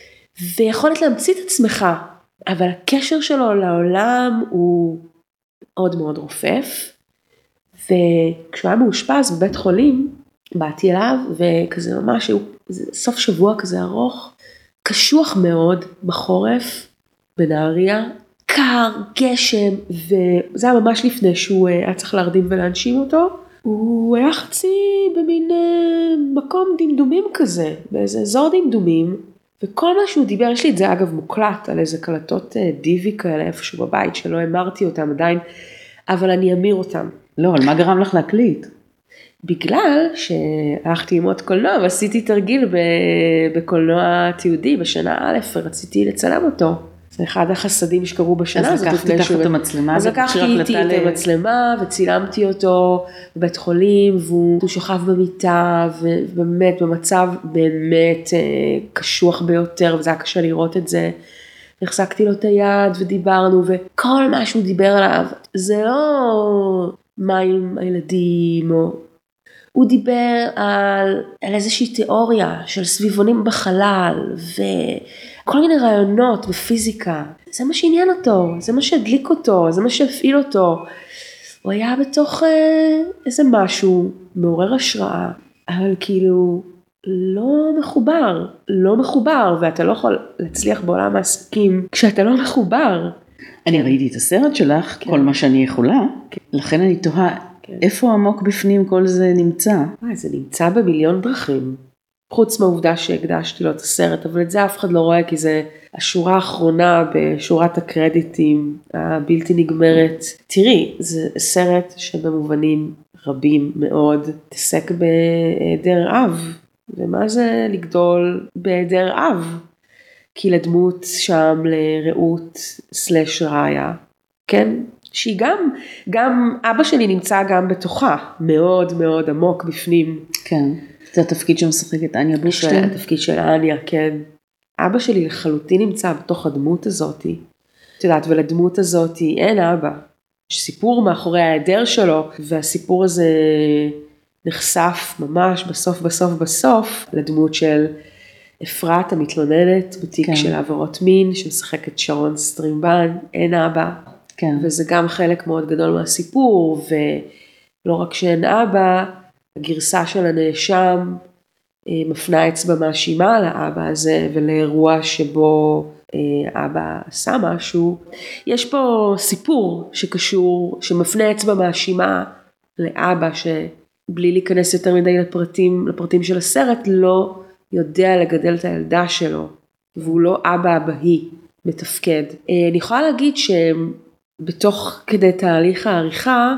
ויכולת להמציא את עצמך, אבל הקשר שלו לעולם, הוא מאוד מאוד רופף, וכשהוא היה מאושפז בבית חולים, באתי אליו, וכזה ממש, סוף שבוע כזה ארוך, קשוח מאוד בחורף, בנהריה, קר, גשם, וזה היה ממש לפני שהוא היה צריך להרדים ולהנשים אותו, הוא היה חצי במין מקום דמדומים כזה, באיזה אזור דמדומים, וכל מה שהוא דיבר, יש לי את זה אגב מוקלט, על איזה קלטות דיבי כאלה, איפשהו בבית, שלא אמרתי אותם עדיין, אבל אני אמיר אותם. לא, אבל מה גרם לך להקליט? בגלל שהלכתי ללמוד קולנוע, ועשיתי תרגיל בקולנוע תיעודי בשנה א', ורציתי לצלם אותו. זה אחד החסדים שקרו בשנה. אז לקחתי איתך את המצלמה. אז לקחתי איתי את המצלמה, וצילמתי אותו בבית חולים, והוא שכב במיטה, ובאמת במצב באמת קשוח ביותר, וזה היה קשה לראות את זה. החזקתי לו את היד, ודיברנו, וכל מה שהוא דיבר עליו, זה לא מה עם הילדים, או... הוא דיבר על, על איזושהי תיאוריה של סביבונים בחלל, וכל מיני רעיונות בפיזיקה. זה מה שעניין אותו, זה מה שהדליק אותו, זה מה שהפעיל אותו. הוא היה בתוך אה, איזה משהו מעורר השראה, אבל כאילו לא מחובר, לא מחובר, ואתה לא יכול להצליח בעולם העסקים כשאתה לא מחובר. אני ראיתי את הסרט שלך, כן. כל מה שאני יכולה, כן. לכן אני תוהה, כן. איפה עמוק בפנים כל זה נמצא? אה, זה נמצא במיליון דרכים, חוץ מהעובדה שהקדשתי לו את הסרט, אבל את זה אף אחד לא רואה, כי זה השורה האחרונה בשורת הקרדיטים הבלתי נגמרת. תראי, זה סרט שבמובנים רבים מאוד תעסק בהיעדר אב, ומה זה לגדול בהיעדר אב? כי לדמות שם לרעות סלש ראיה, כן? שהיא גם, גם אבא שלי נמצא גם בתוכה, מאוד מאוד עמוק בפנים. כן, זה התפקיד שמשחקת אניה בוכשטיין. זה התפקיד של אניה, כן. אבא שלי לחלוטין נמצא בתוך הדמות הזאת. את יודעת, ולדמות הזאת אין אבא. יש סיפור מאחורי ההיעדר שלו, והסיפור הזה נחשף ממש בסוף בסוף בסוף, לדמות של אפרת המתלוננת, בתיק כן. של עבירות מין, שמשחקת שרון סטרימבן, אין אבא. כן. וזה גם חלק מאוד גדול מהסיפור, ולא רק שאין אבא, הגרסה של הנאשם מפנה אצבע מאשימה לאבא הזה, ולאירוע שבו אבא עשה משהו. יש פה סיפור שקשור, שמפנה אצבע מאשימה לאבא בלי להיכנס יותר מדי לפרטים, לפרטים של הסרט, לא יודע לגדל את הילדה שלו, והוא לא אבא אבהי מתפקד. אני יכולה להגיד שבתוך כדי תהליך העריכה,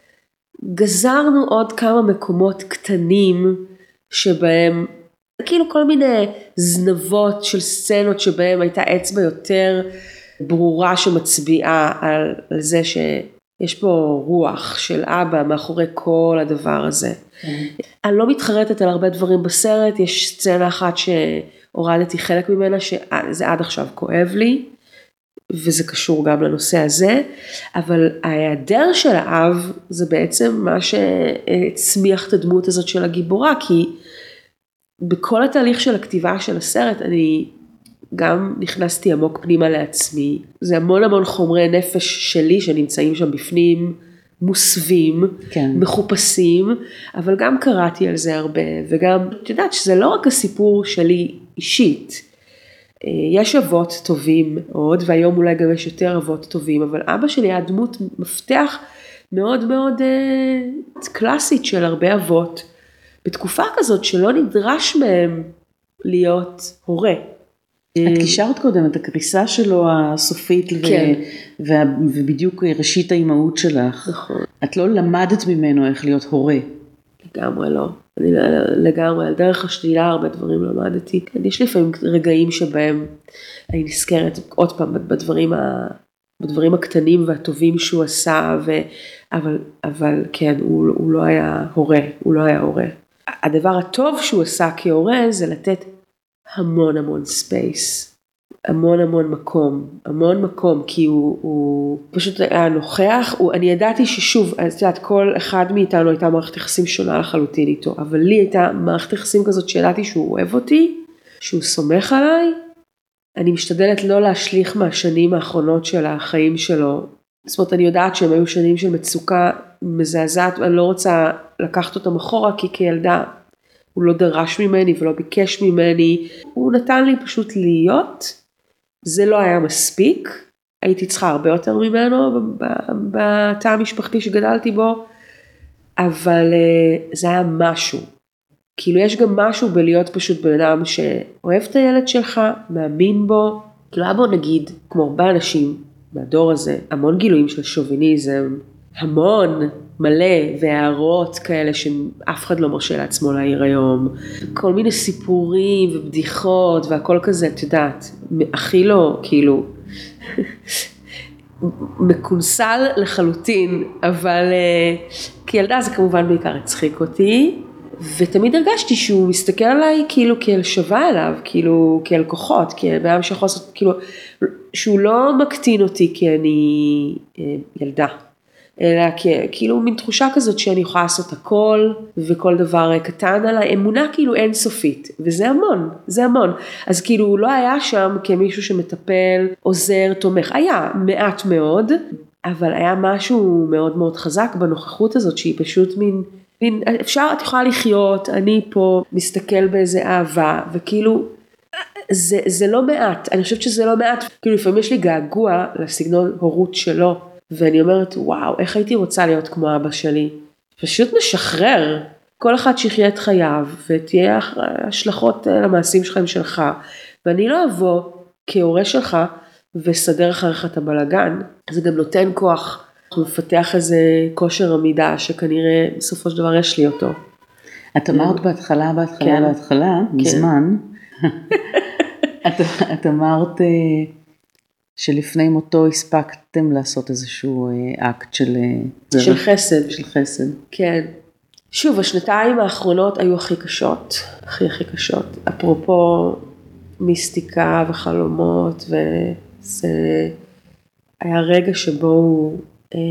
גזרנו עוד כמה מקומות קטנים, שבהם, כאילו כל מיני זנבות של סצנות, שבהם הייתה אצבע יותר ברורה שמצביעה על, על זה שיש פה רוח של אבא מאחורי כל הדבר הזה. אני לא מתחרטת על הרבה דברים בסרט, יש סצנה אחת שהורדתי חלק ממנה, שזה עד עכשיו כואב לי, וזה קשור גם לנושא הזה, אבל ההיעדר של האב, זה בעצם מה שהצמיח את הדמות הזאת של הגיבורה, כי בכל התהליך של הכתיבה של הסרט, אני גם נכנסתי עמוק פנימה לעצמי, זה המון המון חומרי נפש שלי, שנמצאים שם בפנים, מוסווים, כן. מחופשים, אבל גם קראתי על זה הרבה, וגם, את יודעת שזה לא רק הסיפור שלי אישית, יש אבות טובים מאוד, והיום אולי גם יש יותר אבות טובים, אבל אבא שלי היה דמות מפתח מאוד מאוד אה, קלאסית של הרבה אבות, בתקופה כזאת שלא נדרש מהם להיות הורה. את קישרת קודם את הקריסה שלו הסופית, כן. ו- ו- ובדיוק ראשית האימהות שלך. נכון. את לא למדת ממנו איך להיות הורה. לגמרי לא. אני לגמרי, על דרך השלילה הרבה דברים למדתי. יש לפעמים רגעים שבהם אני נזכרת עוד פעם בדברים, ה, בדברים הקטנים והטובים שהוא עשה, ו, אבל, אבל כן, הוא, הוא לא היה הורה, הוא לא היה הורה. הדבר הטוב שהוא עשה כהורה זה לתת המון המון ספייס, המון המון מקום, המון מקום, כי הוא, הוא פשוט היה נוכח, הוא, אני ידעתי ששוב, אז את יודעת, כל אחד מאיתנו הייתה מערכת יחסים שונה לחלוטין איתו, אבל לי הייתה מערכת יחסים כזאת שידעתי שהוא אוהב אותי, שהוא סומך עליי, אני משתדלת לא להשליך מהשנים האחרונות של החיים שלו, זאת אומרת, אני יודעת שהם היו שנים של מצוקה מזעזעת, אני לא רוצה לקחת אותם אחורה, כי כילדה הוא לא דרש ממני ולא ביקש ממני, הוא נתן לי פשוט להיות, זה לא היה מספיק, הייתי צריכה הרבה יותר ממנו בתא המשפחתי שגדלתי בו, אבל זה היה משהו, כאילו יש גם משהו בלהיות פשוט בן אדם שאוהב את הילד שלך, מאמין בו, כאילו היה בו נגיד, כמו הרבה אנשים מהדור הזה, המון גילויים של שוביניזם, המון מלא והערות כאלה שאף אחד לא מרשה לעצמו להעיר היום, כל מיני סיפורים ובדיחות והכל כזה, את יודעת, הכי לא כאילו מקונסל לחלוטין, אבל כילדה זה כמובן בעיקר הצחיק אותי, ותמיד הרגשתי שהוא מסתכל עליי כאילו כאל שווה אליו, כאילו כאל כוחות, כאל שיכול לעשות, כאילו שהוא לא מקטין אותי כי אני ילדה, אלא כאילו מין תחושה כזאת שאני יכולה לעשות הכל, וכל דבר קטן על האמונה כאילו אינסופית, וזה המון, זה המון. אז כאילו הוא לא היה שם כמישהו שמטפל, עוזר, תומך, היה מעט מאוד, אבל היה משהו מאוד מאוד חזק בנוכחות הזאת, שהיא פשוט מין, מין אפשר, את יכולה לחיות, אני פה מסתכל באיזה אהבה, וכאילו, זה, זה לא מעט, אני חושבת שזה לא מעט, כאילו לפעמים יש לי געגוע לסגנון הורות שלו, ואני אומרת, וואו, איך הייתי רוצה להיות כמו אבא שלי? פשוט משחרר. כל אחד שיחיה את חייו, ותהיה השלכות למעשים שלך שלך. ואני לא אבוא כהורה שלך, וסדר אחריך את הבלגן. זה גם נותן כוח, מפתח איזה כושר עמידה, שכנראה בסופו של דבר יש לי אותו. את אמרת בהתחלה, בהתחלה, כן. בהתחלה, כן. מזמן. את, את אמרת... שלפני מותו הספקתם לעשות איזשהו אקט של... של חסד. של חסד. כן. שוב, השנתיים האחרונות היו הכי קשות, הכי הכי קשות. אפרופו מיסטיקה וחלומות, וזה היה רגע שבו הוא,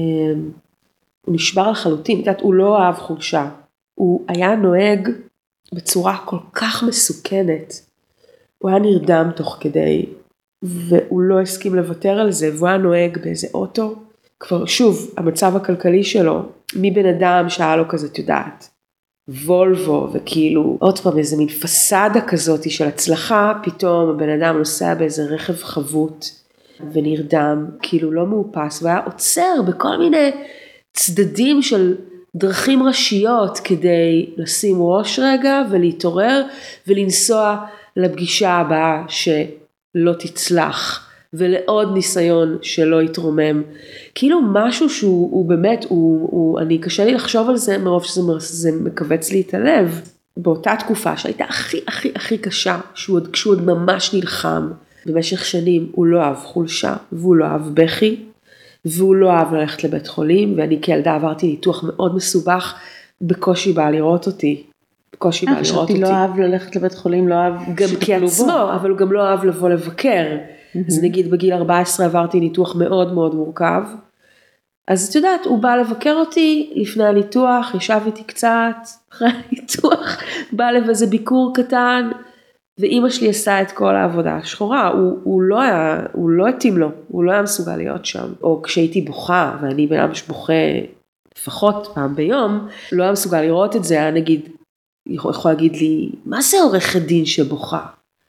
הוא נשבר לחלוטין. יודעת, הוא לא אהב חולשה. הוא היה נוהג בצורה כל כך מסוכנת. הוא היה נרדם תוך כדי... והוא לא הסכים לוותר על זה, והוא היה נוהג באיזה אוטו, כבר שוב, המצב הכלכלי שלו, מבן אדם שהיה לו כזה, יודעת, וולבו, וכאילו, עוד פעם איזה מין פסדה כזאת של הצלחה, פתאום הבן אדם נוסע באיזה רכב חבוט, ונרדם, כאילו לא מאופס, והיה עוצר בכל מיני צדדים של דרכים ראשיות כדי לשים ראש רגע ולהתעורר ולנסוע לפגישה הבאה שלא תצלח ולעוד ניסיון שלא יתרומם. כאילו משהו שהוא הוא באמת, הוא, הוא, אני קשה לי לחשוב על זה מרוב שזה מקבץ לי את הלב. באותה תקופה שהייתה הכי הכי הכי קשה, שהוא עוד, כשהוא עוד ממש נלחם במשך שנים, הוא לא אהב חולשה והוא לא אהב בכי. והוא לא אהב ללכת לבית חולים, ואני כילדה עברתי ניתוח מאוד מסובך, בקושי בא לראות אותי, בקושי בא לראות אותי. חשבתי לא אהב ללכת לבית חולים, לא אהב גם כעצמו, אבל הוא גם לא אהב לבוא לבקר. אז נגיד בגיל ארבע עשרה עברתי ניתוח מאוד מאוד מורכב, אז את יודעת, הוא בא לבקר אותי לפני הניתוח, ישב איתי קצת, אחרי הניתוח, בא לבזה ביקור קטן, ואימא שלי עשה את כל העבודה השחורה, הוא, הוא לא היה, הוא לא התאים לו, הוא לא היה מסוגל להיות שם, או כשהייתי בוכה, ואני בנאדם שבוכה לפחות פעם ביום, לא היה מסוגל לראות את זה, היה נגיד, יכול, יכול להגיד לי, מה זה עורכת דין שבוכה?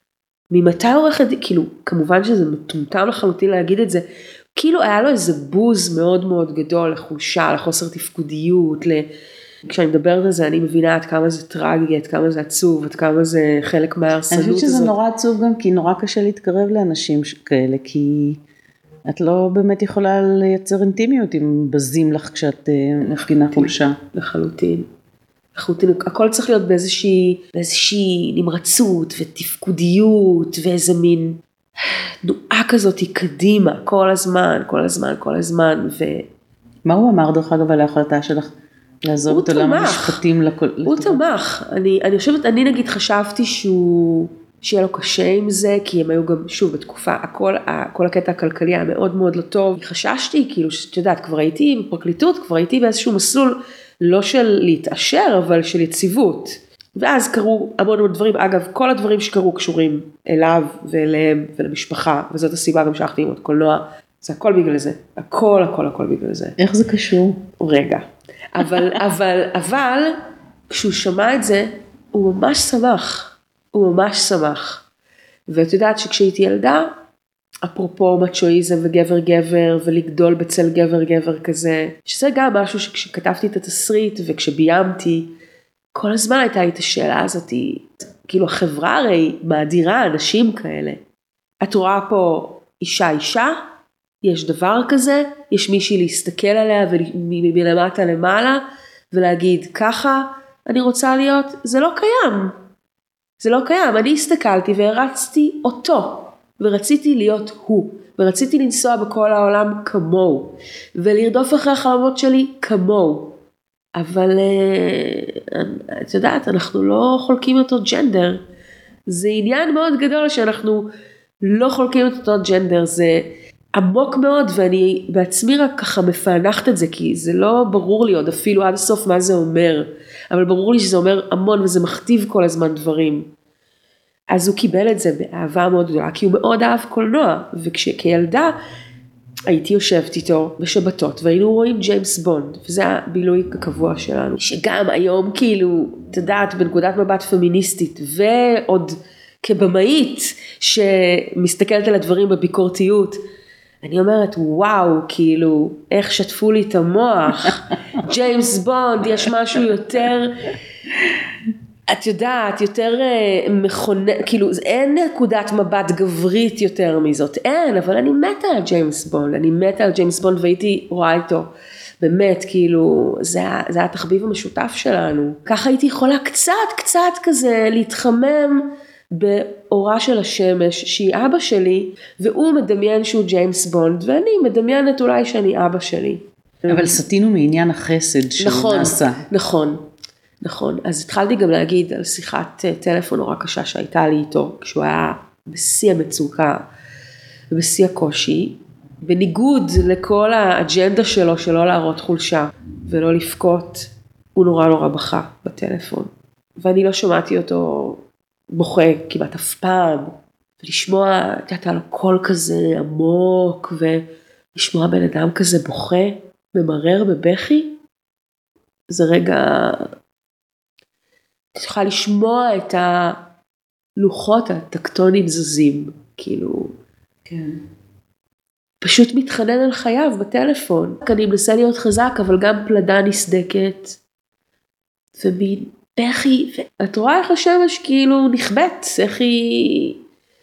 ממתי עורכת דין? כאילו, כמובן שזה מטומטם לחלוטין להגיד את זה, כאילו היה לו איזה בוז מאוד מאוד גדול, לחולשה, לחוסר תפקודיות, ל... כשאני מדברת על זה, אני מבינה עד כמה זה טרגי, עד כמה זה עצוב, עד כמה זה חלק מההרסנות הזאת. אני חושבת שזה נורא עצוב גם, כי נורא קשה להתקרב לאנשים כאלה, כי את לא באמת יכולה לייצר אינטימיות אם בזים לך כשאת מפגינה חולשה. לחלוטין. לחלוטין. הכל צריך להיות באיזושהי, באיזושהי נמרצות ותפקודיות, ואיזה מין תנועה כזאת היא קדימה, כל הזמן, כל הזמן, כל הזמן. ו... מה הוא אמר דרך אגב על ההחלטה שלך? לעזוב את עולם המשפטים לכל... הוא תמך, אני, אני חושבת, אני נגיד חשבתי שהוא, שיהיה לו קשה עם זה, כי הם היו גם, שוב, בתקופה, הכל, כל הקטע הכלכלי היה מאוד מאוד לא טוב, חששתי, כאילו, שאת יודעת, כבר הייתי בפרקליטות, כבר הייתי באיזשהו מסלול, לא של להתעשר, אבל של יציבות, ואז קרו המון המון דברים, אגב, כל הדברים שקרו קשורים אליו ואליהם ולמשפחה, וזאת הסיבה גם שהלכתי ללמוד קולנוע, זה הכל בגלל זה, הכל, הכל, הכל בגלל זה. איך זה קשור? רגע. אבל, אבל, אבל, כשהוא שמע את זה, הוא ממש שמח, הוא ממש שמח. ואת יודעת שכשהייתי ילדה, אפרופו מצ'ואיזם וגבר גבר, ולגדול בצל גבר גבר כזה, שזה גם משהו שכשכתבתי את התסריט, וכשביימתי, כל הזמן הייתה לי את השאלה הזאת, כאילו החברה הרי מאדירה אנשים כאלה. את רואה פה אישה אישה, יש דבר כזה, יש מישהי להסתכל עליה ומלמטה למעלה ולהגיד ככה אני רוצה להיות, זה לא קיים, זה לא קיים, אני הסתכלתי והרצתי אותו ורציתי להיות הוא ורציתי לנסוע בכל העולם כמוהו ולרדוף אחרי החלומות שלי כמוהו, אבל את יודעת אנחנו לא חולקים אותו ג'נדר, זה עניין מאוד גדול שאנחנו לא חולקים את אותו ג'נדר, זה עמוק מאוד, ואני בעצמי רק ככה מפענחת את זה, כי זה לא ברור לי עוד אפילו עד הסוף מה זה אומר, אבל ברור לי שזה אומר המון, וזה מכתיב כל הזמן דברים. אז הוא קיבל את זה באהבה מאוד גדולה, כי הוא מאוד אהב קולנוע, וכשכילדה הייתי יושבת איתו בשבתות, והיינו רואים ג'יימס בונד, וזה הבילוי הקבוע שלנו, שגם היום כאילו, תדעת, בנקודת מבט פמיניסטית, ועוד כבמאית, שמסתכלת על הדברים בביקורתיות, אני אומרת, וואו, כאילו, איך שטפו לי את המוח, ג'יימס בונד, יש משהו יותר, את יודעת, יותר מכונה, כאילו, אין נקודת מבט גברית יותר מזאת, אין, אבל אני מתה על ג'יימס בונד, אני מתה על ג'יימס בונד, והייתי רואה איתו, באמת, כאילו, זה, זה התחביב המשותף שלנו, ככה הייתי יכולה קצת, קצת כזה, להתחמם, באורה של השמש, שהיא אבא שלי, והוא מדמיין שהוא ג'יימס בונד, ואני מדמיינת אולי שאני אבא שלי. אבל סתינו מעניין החסד שהוא נכון, נעשה. נכון, נכון. אז התחלתי גם להגיד על שיחת טלפון נורא קשה שהייתה לי איתו, כשהוא היה בשיא המצוקה, ובשיא הקושי, בניגוד לכל האג'נדה שלו, שלא להראות חולשה, ולא לפקוט, הוא נורא נורא בכה בטלפון. ואני לא שמעתי אותו בוכה כמעט אף פעם, ולשמוע, את יודעת, על קול כזה עמוק, ולשמוע בן אדם כזה בוכה, ממרר בבכי, זה רגע, את יכולה לשמוע את הלוחות הטקטונים זזים, כאילו, כן. פשוט מתחנן על חייו בטלפון. אני מנסה להיות חזק, אבל גם פלדה נסדקת. ומין בכי, ואת רואה איך השמש כאילו נכבט, איך היא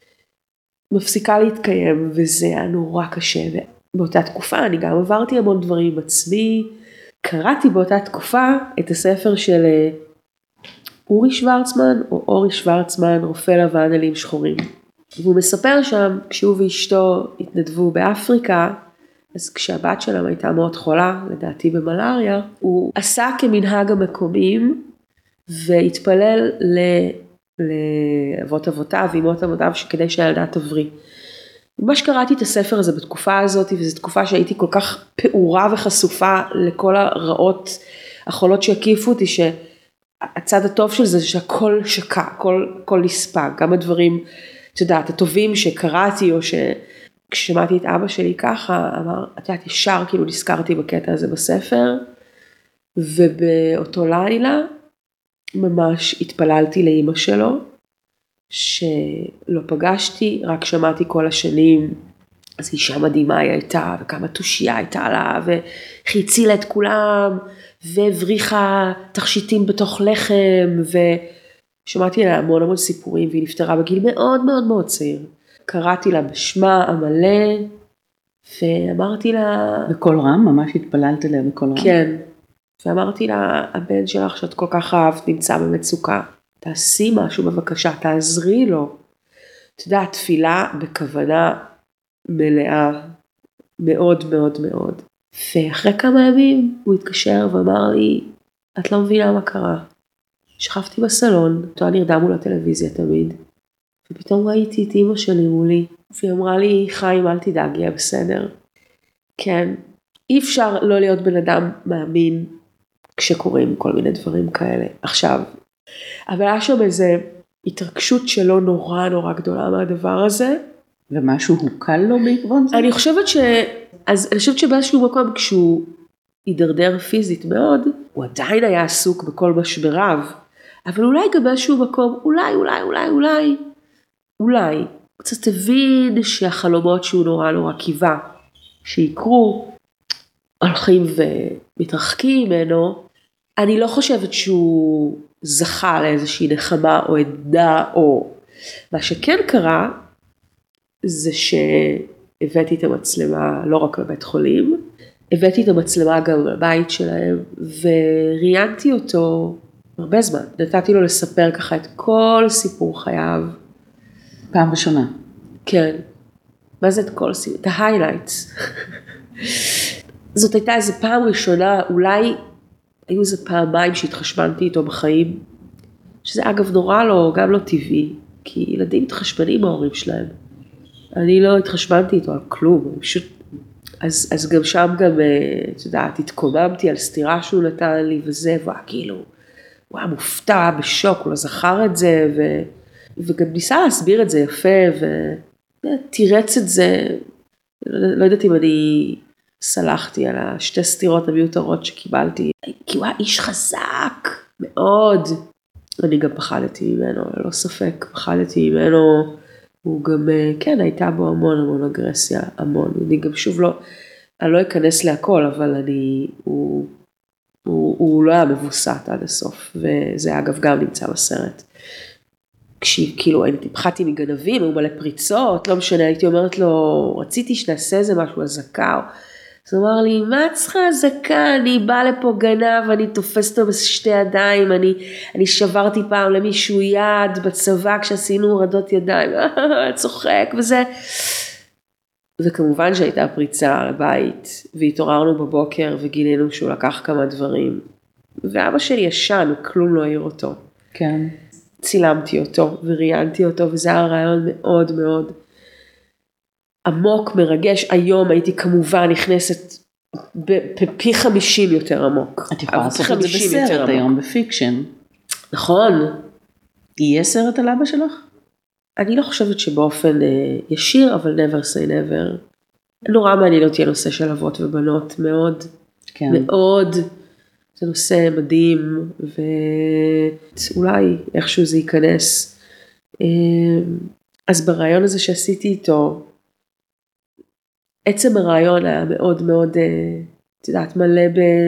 מפסיקה להתקיים, וזה היה נורא קשה. באותה תקופה אני גם עברתי המון דברים עם עצמי, קראתי באותה תקופה את הספר של אורי שוורצמן, או אורי שוורצמן, רופא לבן עלים שחורים. והוא מספר שם, כשהוא ואשתו התנדבו באפריקה, אז כשהבת שלהם הייתה מאוד חולה, לדעתי במלאריה, הוא עשה כמנהג המקומים, והתפלל לאבות אבותיו ואימות אבותיו, כדי שהילדה תבריא. ממש קראתי את הספר הזה בתקופה הזאת, וזו תקופה שהייתי כל כך פעורה וחשופה לכל הרעות, החולות שהקיפו אותי, שהצד הטוב של זה, שהכל שקע, הכל, הכל נספג, גם הדברים, את יודעת, הטובים שקראתי, או שכששמעתי את אבא שלי ככה, אמר, את יודעת, ישר כאילו נזכרתי בקטע הזה בספר, ובאותו לילה, ממש התפללתי לאמא שלו, שלא פגשתי, רק שמעתי כל השנים, אז אישה מדהימה היא הייתה, וכמה תושייה הייתה לה, והיא הצילה את כולם, והבריחה תכשיטים בתוך לחם, ושמעתי לה המון המון סיפורים, והיא נפטרה בגיל מאוד מאוד מאוד צעיר. קראתי לה בשמה המלא, ואמרתי לה... בקול רם? ממש התפללת אליה בקול רם? כן, ואמרתי לה, הבן שלך שאת כל כך אהבת נמצא במצוקה, תעשי משהו בבקשה, תעזרי לו. אתה יודע, תפילה בכוונה מלאה, מאוד מאוד מאוד. ואחרי כמה ימים הוא התקשר ואמר לי, את לא מבינה מה קרה. שכבתי בסלון, אותו נרדם מול הטלוויזיה תמיד, ופתאום ראיתי את אמא שלי מולי, והיא אמרה לי, חיים אל תדאג, יהיה בסדר. כן, אי אפשר לא להיות בן אדם מאמין, כשקוראים כל מיני דברים כאלה. עכשיו, אבל היה שם איזו התרגשות שלו נורא נורא גדולה מהדבר הזה. ומשהו הוקל לו בעקבות זה? אני חושבת ש... אז אני חושבת שבאיזשהו מקום כשהוא הידרדר פיזית מאוד, הוא עדיין היה עסוק בכל משבריו, אבל אולי גם באיזשהו מקום, אולי, אולי, אולי, אולי, אולי, קצת הבין שהחלומות שהוא נורא נורא קיווה, שיקרו, הולכים ומתרחקים ממנו. אני לא חושבת שהוא זכה לאיזושהי נחמה או עדה, או מה שכן קרה, זה שהבאתי את המצלמה לא רק לבית חולים, הבאתי את המצלמה גם לבית שלהם, וראיינתי אותו הרבה זמן. נתתי לו לספר ככה את כל סיפור חייו. פעם ראשונה. כן. מה זה את כל סיפור? את ההיילייטס. זאת הייתה איזו פעם ראשונה, אולי היו איזה פעמיים שהתחשבנתי איתו בחיים, שזה אגב נורא לא, גם לא טבעי, כי ילדים מתחשבנים מההורים שלהם. אני לא התחשבנתי איתו על כלום, פשוט, אז, אז גם שם גם, את יודעת, התקוממתי על סתירה שהוא נתן לי וזה, והוא כאילו, הוא היה מופתע, בשוק, הוא לא זכר את זה, ו, וגם ניסה להסביר את זה יפה, ותירץ את זה, לא, לא יודעת אם אני סלחתי על השתי סתירות המיותרות שקיבלתי, כי הוא היה איש חזק, מאוד. אני גם פחדתי ממנו, לא ספק, פחדתי ממנו, הוא גם, כן, הייתה בו המון המון אגרסיה, המון, אני גם שוב לא, אני לא אכנס להכל, אבל אני, הוא, הוא, הוא לא היה מבוסת עד הסוף, וזה אגב גם נמצא בסרט. כשכאילו, אני פחדתי מגנבים, הוא מלא פריצות, לא משנה, הייתי אומרת לו, רציתי שנעשה איזה משהו, הזקה, אז הוא אמר לי, מה צריכה הזקה, אני באה לפה גנב, אני תופסת אותו בשתי ידיים, אני, אני שברתי פעם למישהו יד בצבא, כשעשינו הורדות ידיים, צוחק וזה. וכמובן שהייתה פריצה לבית, והתעוררנו בבוקר וגילינו שהוא לקח כמה דברים. ואבא שלי ישן, כלום לא העיר אותו. כן. צילמתי אותו וראיינתי אותו, וזה היה רעיון מאוד מאוד עמוק, מרגש. היום הייתי כמובן נכנסת בפי חמישים יותר עמוק. את יכולה לעשות את זה בסרט היום, בפיקשן. נכון. יהיה סרט על אבא שלך? אני לא חושבת שבאופן ישיר, אבל never say never. נורא מעניין אותי הנושא של אבות ובנות, מאוד, כן. מאוד. זה נושא מדהים, ואולי איכשהו זה ייכנס. אז ברעיון הזה שעשיתי איתו, עצם הרעיון היה מאוד מאוד, את יודעת, מלא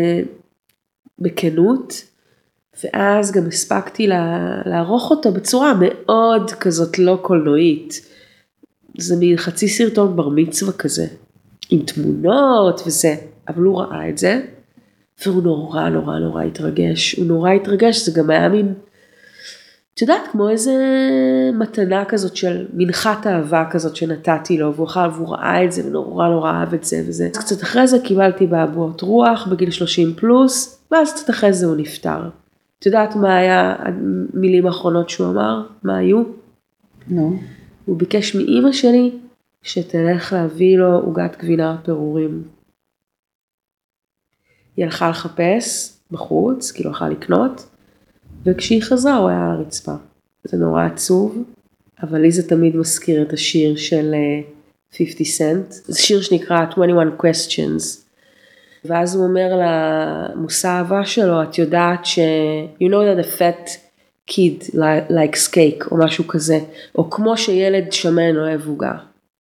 בכנות, ואז גם הספקתי לערוך אותו בצורה מאוד כזאת לא קולנועית. זה מין חצי סרטון בר מצווה כזה, עם תמונות וזה, אבל הוא ראה את זה, והוא נורא נורא נורא התרגש, הוא נורא התרגש, זה גם היה מין, את יודעת, כמו איזה מתנה כזאת של מנחת אהבה כזאת שנתתי לו, והוא אכל והוא ראה את זה ונורא נורא אהב את זה וזה. קצת אחרי זה קיבלתי באבועות רוח בגיל שלושים פלוס, ואז קצת אחרי זה הוא נפטר. את יודעת מה היה המילים האחרונות שהוא אמר? מה היו? נו. No. הוא ביקש מאמא שלי שתלך להביא לו עוגת גבינה פירורים. היא הלכה לחפש בחוץ, כאילו הלכה לקנות, וכשהיא חזרה הוא היה על הרצפה. זה נורא עצוב, אבל לי זה תמיד מזכיר את השיר של חמישים סנט. זה שיר שנקרא עשרים ואחת questions. ואז הוא אומר למושא האהבה שלו, את יודעת ש... You know that a fat kid likes cake, או משהו כזה. או כמו שילד שמן אוהב עוגה.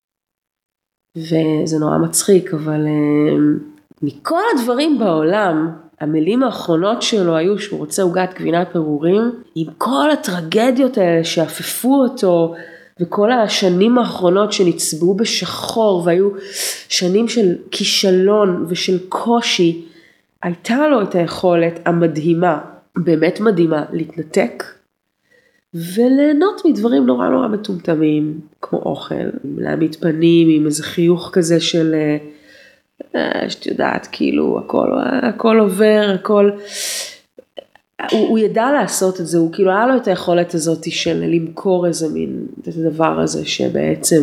וזה נורא מצחיק, אבל מכל הדברים בעולם, המילים האחרונות שלו היו שהוא רוצה עוגת גבינת פירורים, עם כל הטרגדיות האלה שאפפו אותו, וכל השנים האחרונות שנצבעו בשחור, והיו שנים של כישלון ושל קושי, הייתה לו את היכולת המדהימה, באמת מדהימה, להתנתק, וליהנות מדברים נורא נורא מטומטמים, כמו אוכל, להעמיד פנים עם איזה חיוך כזה של... שאת יודעת, כאילו, הכל, הכל עובר, הכל, הוא, הוא ידע לעשות את זה, הוא כאילו, היה לו את היכולת הזאת של למכור איזה מין, את הדבר הזה שבעצם...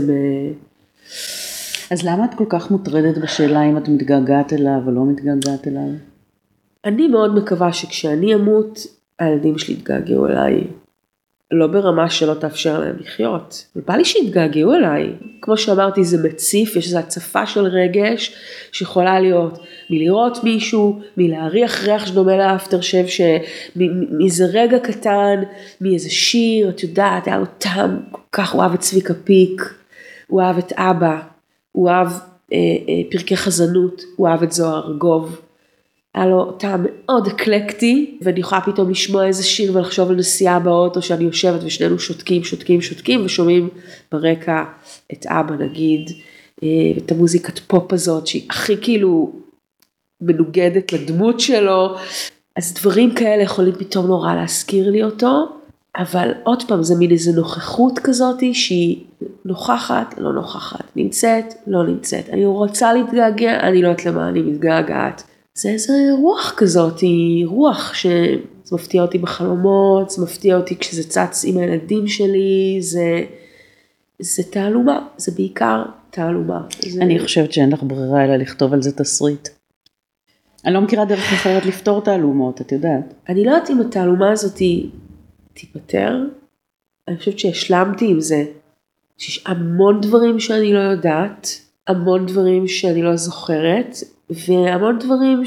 אז למה את כל כך מוטרדת בשאלה אם את מתגעגעת אליו או לא מתגעגעת אליו? אני מאוד מקווה שכשאני אמות, הילדים שלי יתגעגעו אליי, לא ברמה שלא תאפשר להם לחיות. ובא לי שיתגעגעו אליי. כמו שאמרתי, זה מציף, יש איזו הצפה של רגש, שיכולה להיות מלראות מישהו, מלהריח ריח שדומה לאפטר שב, מאיזה רגע קטן, מאיזה שיר, את יודעת, היה לו טעם, כל כך הוא אהב את צביקה פיק, הוא אהב את אבא, הוא אהב אה, אה, פרקי חזנות, הוא אהב את זוהר ארגוב, היה לו טעם מאוד אקלקטי, ואני יכולה פתאום לשמוע איזה שיר ולחשוב על נסיעה באוטו שאני יושבת ושנינו שותקים, שותקים, שותקים, ושומעים ברקע את אבא נגיד, את המוזיקת פופ הזאת שהיא הכי כאילו מנוגדת לדמות שלו, אז דברים כאלה יכולים פתאום נורא להזכיר לי אותו, אבל עוד פעם זה מין איזו נוכחות כזאת שהיא נוכחת, לא נוכחת, נמצאת, לא נמצאת, אני רוצה להתגעגע, אני לא יודעת למה אני מתגעגעת. זה איזה רוח כזאת, היא רוח שזה מפתיע אותי בחלומות, זה מפתיע אותי כשזה צץ עם הילדים שלי, זה, זה תעלומה, זה בעיקר תעלומה. זה... אני חושבת שאין לך ברירה אלא לכתוב על זה תסריט. אני לא מכירה דרך אחרת לפתור תעלומות, את יודעת. אני לא יודעת אם התעלומה הזאת תיפטר, אני חושבת שהשלמתי עם זה, שיש המון דברים שאני לא יודעת, המון דברים שאני לא זוכרת, והמון דברים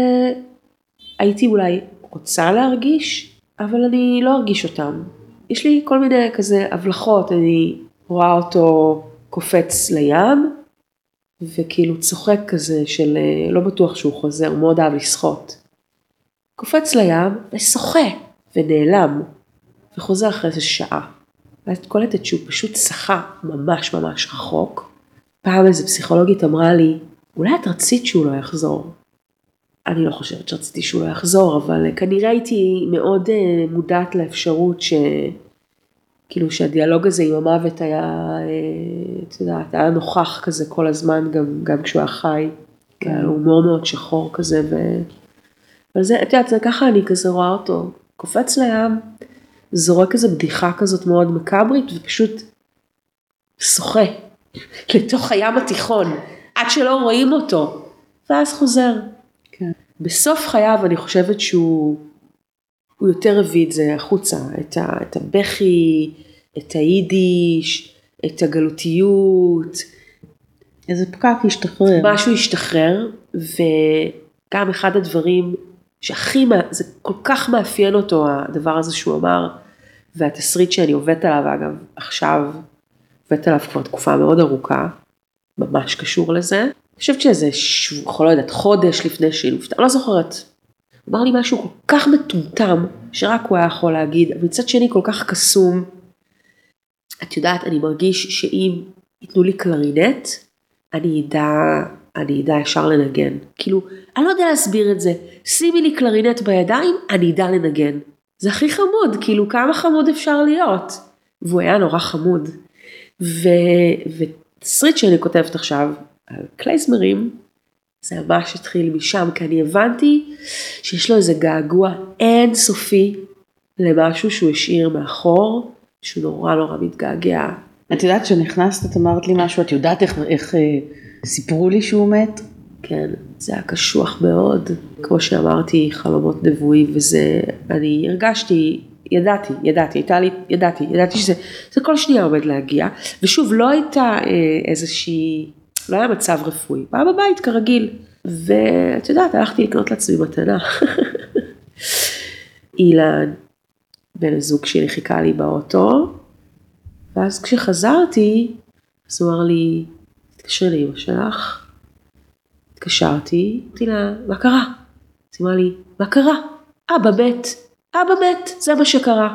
שהייתי אולי רוצה להרגיש, אבל אני לא ארגיש אותם. יש לי כל מיני כזה הבלחות, אני רואה אותו קופץ לים, וכאילו צוחק כזה של לא בטוח שהוא חוזר, הוא מאוד אהב לשחות. קופץ לים ושוחה ונעלם, וחוזר אחרי איזה שעה. ואת קולטת שהוא פשוט שחה ממש ממש רחוק. פעם איזה פסיכולוגית אמרה לי, אולי את רצית שהוא לא יחזור. אני לא חושבת שרציתי שהוא לא יחזור, אבל כנראה הייתי מאוד מודעת לאפשרות ש... כאילו שהדיאלוג הזה עם המוות היה, את יודעת, היה נוכח כזה כל הזמן, גם, גם כשהוא היה חי. כן. הוא מאוד מאוד שחור כזה, ו... אבל זה, את יודעת, זה ככה אני כזה רואה אותו, קופץ לים, זורק איזו בדיחה כזאת מאוד מקברית, ופשוט שוחה לתוך הים התיכון, עד שלא רואים אותו, ואז חוזר. כן. בסוף חייו אני חושבת שהוא הוא יותר הביא את זה החוצה, את, ה, את הבכי, את היידיש, את הגלותיות. איזה פקק השתחרר. משהו השתחרר, וגם אחד הדברים שהכי, זה כל כך מאפיין אותו, הדבר הזה שהוא אמר, והתסריט שאני עובדת עליו, אגב, עכשיו, עובדת עליו כבר תקופה מאוד ארוכה, ממש קשור לזה. אני חושבת שזה, לא יודעת, חודש לפני שהיא נפטרה, לא זוכרת. אמר לי משהו כל כך מטומטם, שרק הוא היה יכול להגיד, אבל מצד שני כל כך קסום. את יודעת, אני מרגיש שאם ייתנו לי קלרינט, אני אדע, אני אדע ישר לנגן. כאילו, אני לא יודע להסביר את זה. שימי לי קלרינט בידיים, אני אדע לנגן. זה הכי חמוד, כאילו, כמה חמוד אפשר להיות. והוא היה נורא חמוד. ותסריט שאני כותבת עכשיו, על קלייזמרים, זה ממש התחיל משם, כי אני הבנתי שיש לו איזה געגוע אינסופי למשהו שהוא השאיר מאחור, שהוא נורא נורא מתגעגע. את יודעת שנכנסת, את אמרת לי משהו, את יודעת איך, איך אה, סיפרו לי שהוא מת? כן, זה היה קשוח מאוד, כמו שאמרתי, חלומות נבואים, וזה, אני הרגשתי, ידעתי, ידעתי, הייתה לי, ידעתי, ידעתי שזה, זה כל שנייה עומד להגיע, ושוב, לא הייתה אה, איזושהי, לא היה מצב רפואי, באה בבית כרגיל, ואת יודעת, הלכתי לקנות לעצמי מתנה. אילן, בן הזוג שלי חיכה לי באוטו, ואז כשחזרתי, אז הוא אמר לי, תתקשרי לאמא שלך, התקשרתי, אמרתי לה, מה קרה? אז היא אמרה לי, מה קרה? אבא מת, אבא מת, זה מה שקרה.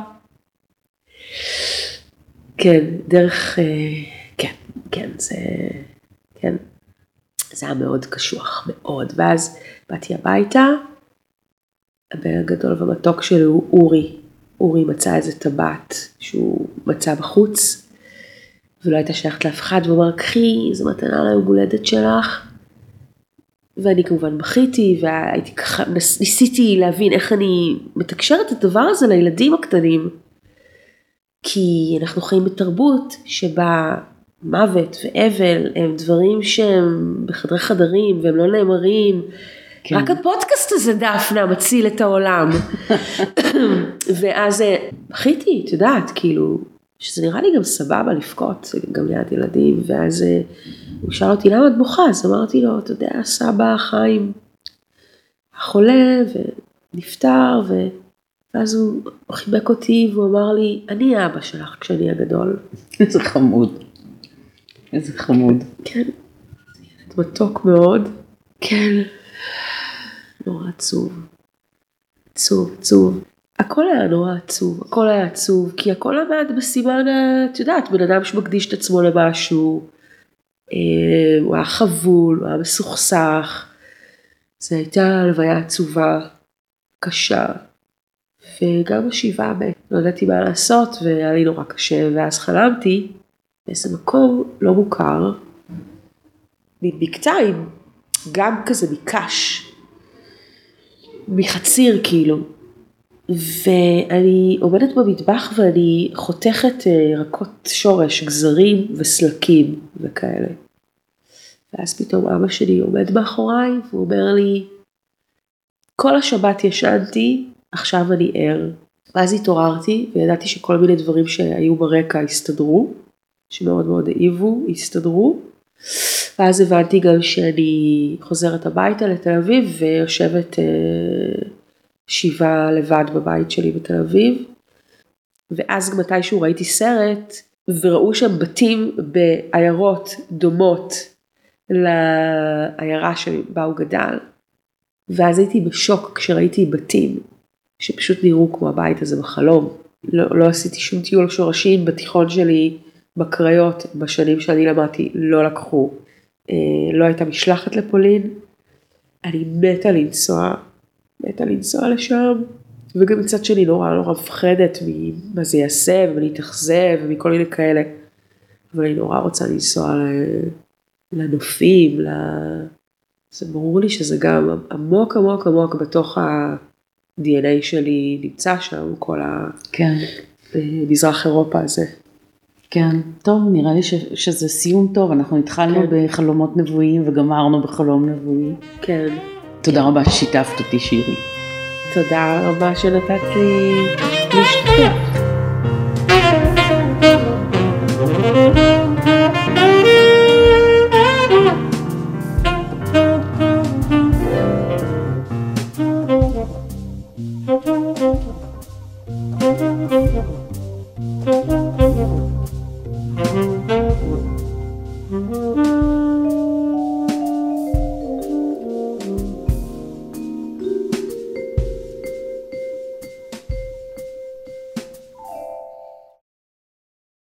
כן, דרך, כן, כן, זה, כן, זה היה מאוד קשוח, מאוד, ואז באתי הביתה, הבן הגדול והמתוק שלי הוא אורי, אורי מצא איזה טבעת שהוא מצא בחוץ, ולא הייתה שייכת לאף אחד, והוא אמר, קחי, זו מתנה ליום הולדת שלך, ואני כמובן בכיתי, והייתי ככה, ניסיתי להבין איך אני מתקשרת את הדבר הזה לילדים הקטנים, כי אנחנו חיים בתרבות שבה מוות ואבל הם דברים שהם בחדרי חדרים, והם לא נאמרים, כן. רק הפודקאסט הזה דפנה מציל את העולם. ואז בכיתי, את יודעת, כאילו, שזה נראה לי גם סבבה לפקוט, גם ליד ילדים, ואז הוא שאל אותי, למה את בוכה? אז אמרתי לו, אתה יודע, סבא חיים חולה ונפטר, ו... ואז הוא חיבק אותי והוא אמר לי, אני האבא שלך כשאני הגדול. איזה חמוד. איזה חמוד. כן, זה ילד מתוק מאוד. כן. נורא עצוב, עצוב, עצוב, הכל היה נורא עצוב, הכל היה עצוב, כי הכל עמד בסימן, את יודעת, בן אדם שמקדיש את עצמו למשהו, הוא היה חבול, הוא היה מסוכסך, זו הייתה הלוויה עצובה, קשה, וגם השבעה מת, לא ידעתי מה לעשות, והיה לי נורא קשה, ואז חלמתי, באיזה מקום לא מוכר, מבקתיים, גם כזה מקש, מחציר כאילו, ואני עומדת במטבח ואני חותכת ירקות שורש, גזרים וסלקים וכאלה. ואז פתאום אבא שלי עומד מאחוריי והוא אומר לי, כל השבת ישנתי, עכשיו אני ער. ואז התעוררתי וידעתי שכל מיני דברים שהיו ברקע הסתדרו, שמאוד מאוד העיבו, הסתדרו. ואז הבנתי גם שאני חוזרת הביתה לתל אביב ויושבת אה, שבעה לבד בבית שלי בתל אביב. ואז מתישהו ראיתי סרט וראו שם בתים בעיירות דומות לעיירה שבה הוא גדל. ואז הייתי בשוק כשראיתי בתים שפשוט נראו כמו הבית הזה בחלום. לא, לא עשיתי שום טיול שורשים בתיכון שלי בקריות בשנים שאני למדתי, לא לקחו. לא הייתה משלחת לפולין, אני מתה לנסוע, מתה לנסוע לשם, וגם מצד שני נורא נורא מפחדת ממה זה יעשה, ומה להתאכזב, ומכל מיני כאלה, אבל אני נורא רוצה לנסוע לנופים, זה ברור לי שזה גם עמוק עמוק עמוק בתוך ה-די אן איי שלי נמצא שם, כל המזרח אירופה הזה. כן, טוב, נראה לי ש, שזה סיום טוב, אנחנו התחלנו כן. בחלומות נבואים וגמרנו בחלום נבואי. כן. תודה כן. רבה ששיתפת אותי שירי. תודה רבה שנתת לי להשתתף. Thank you.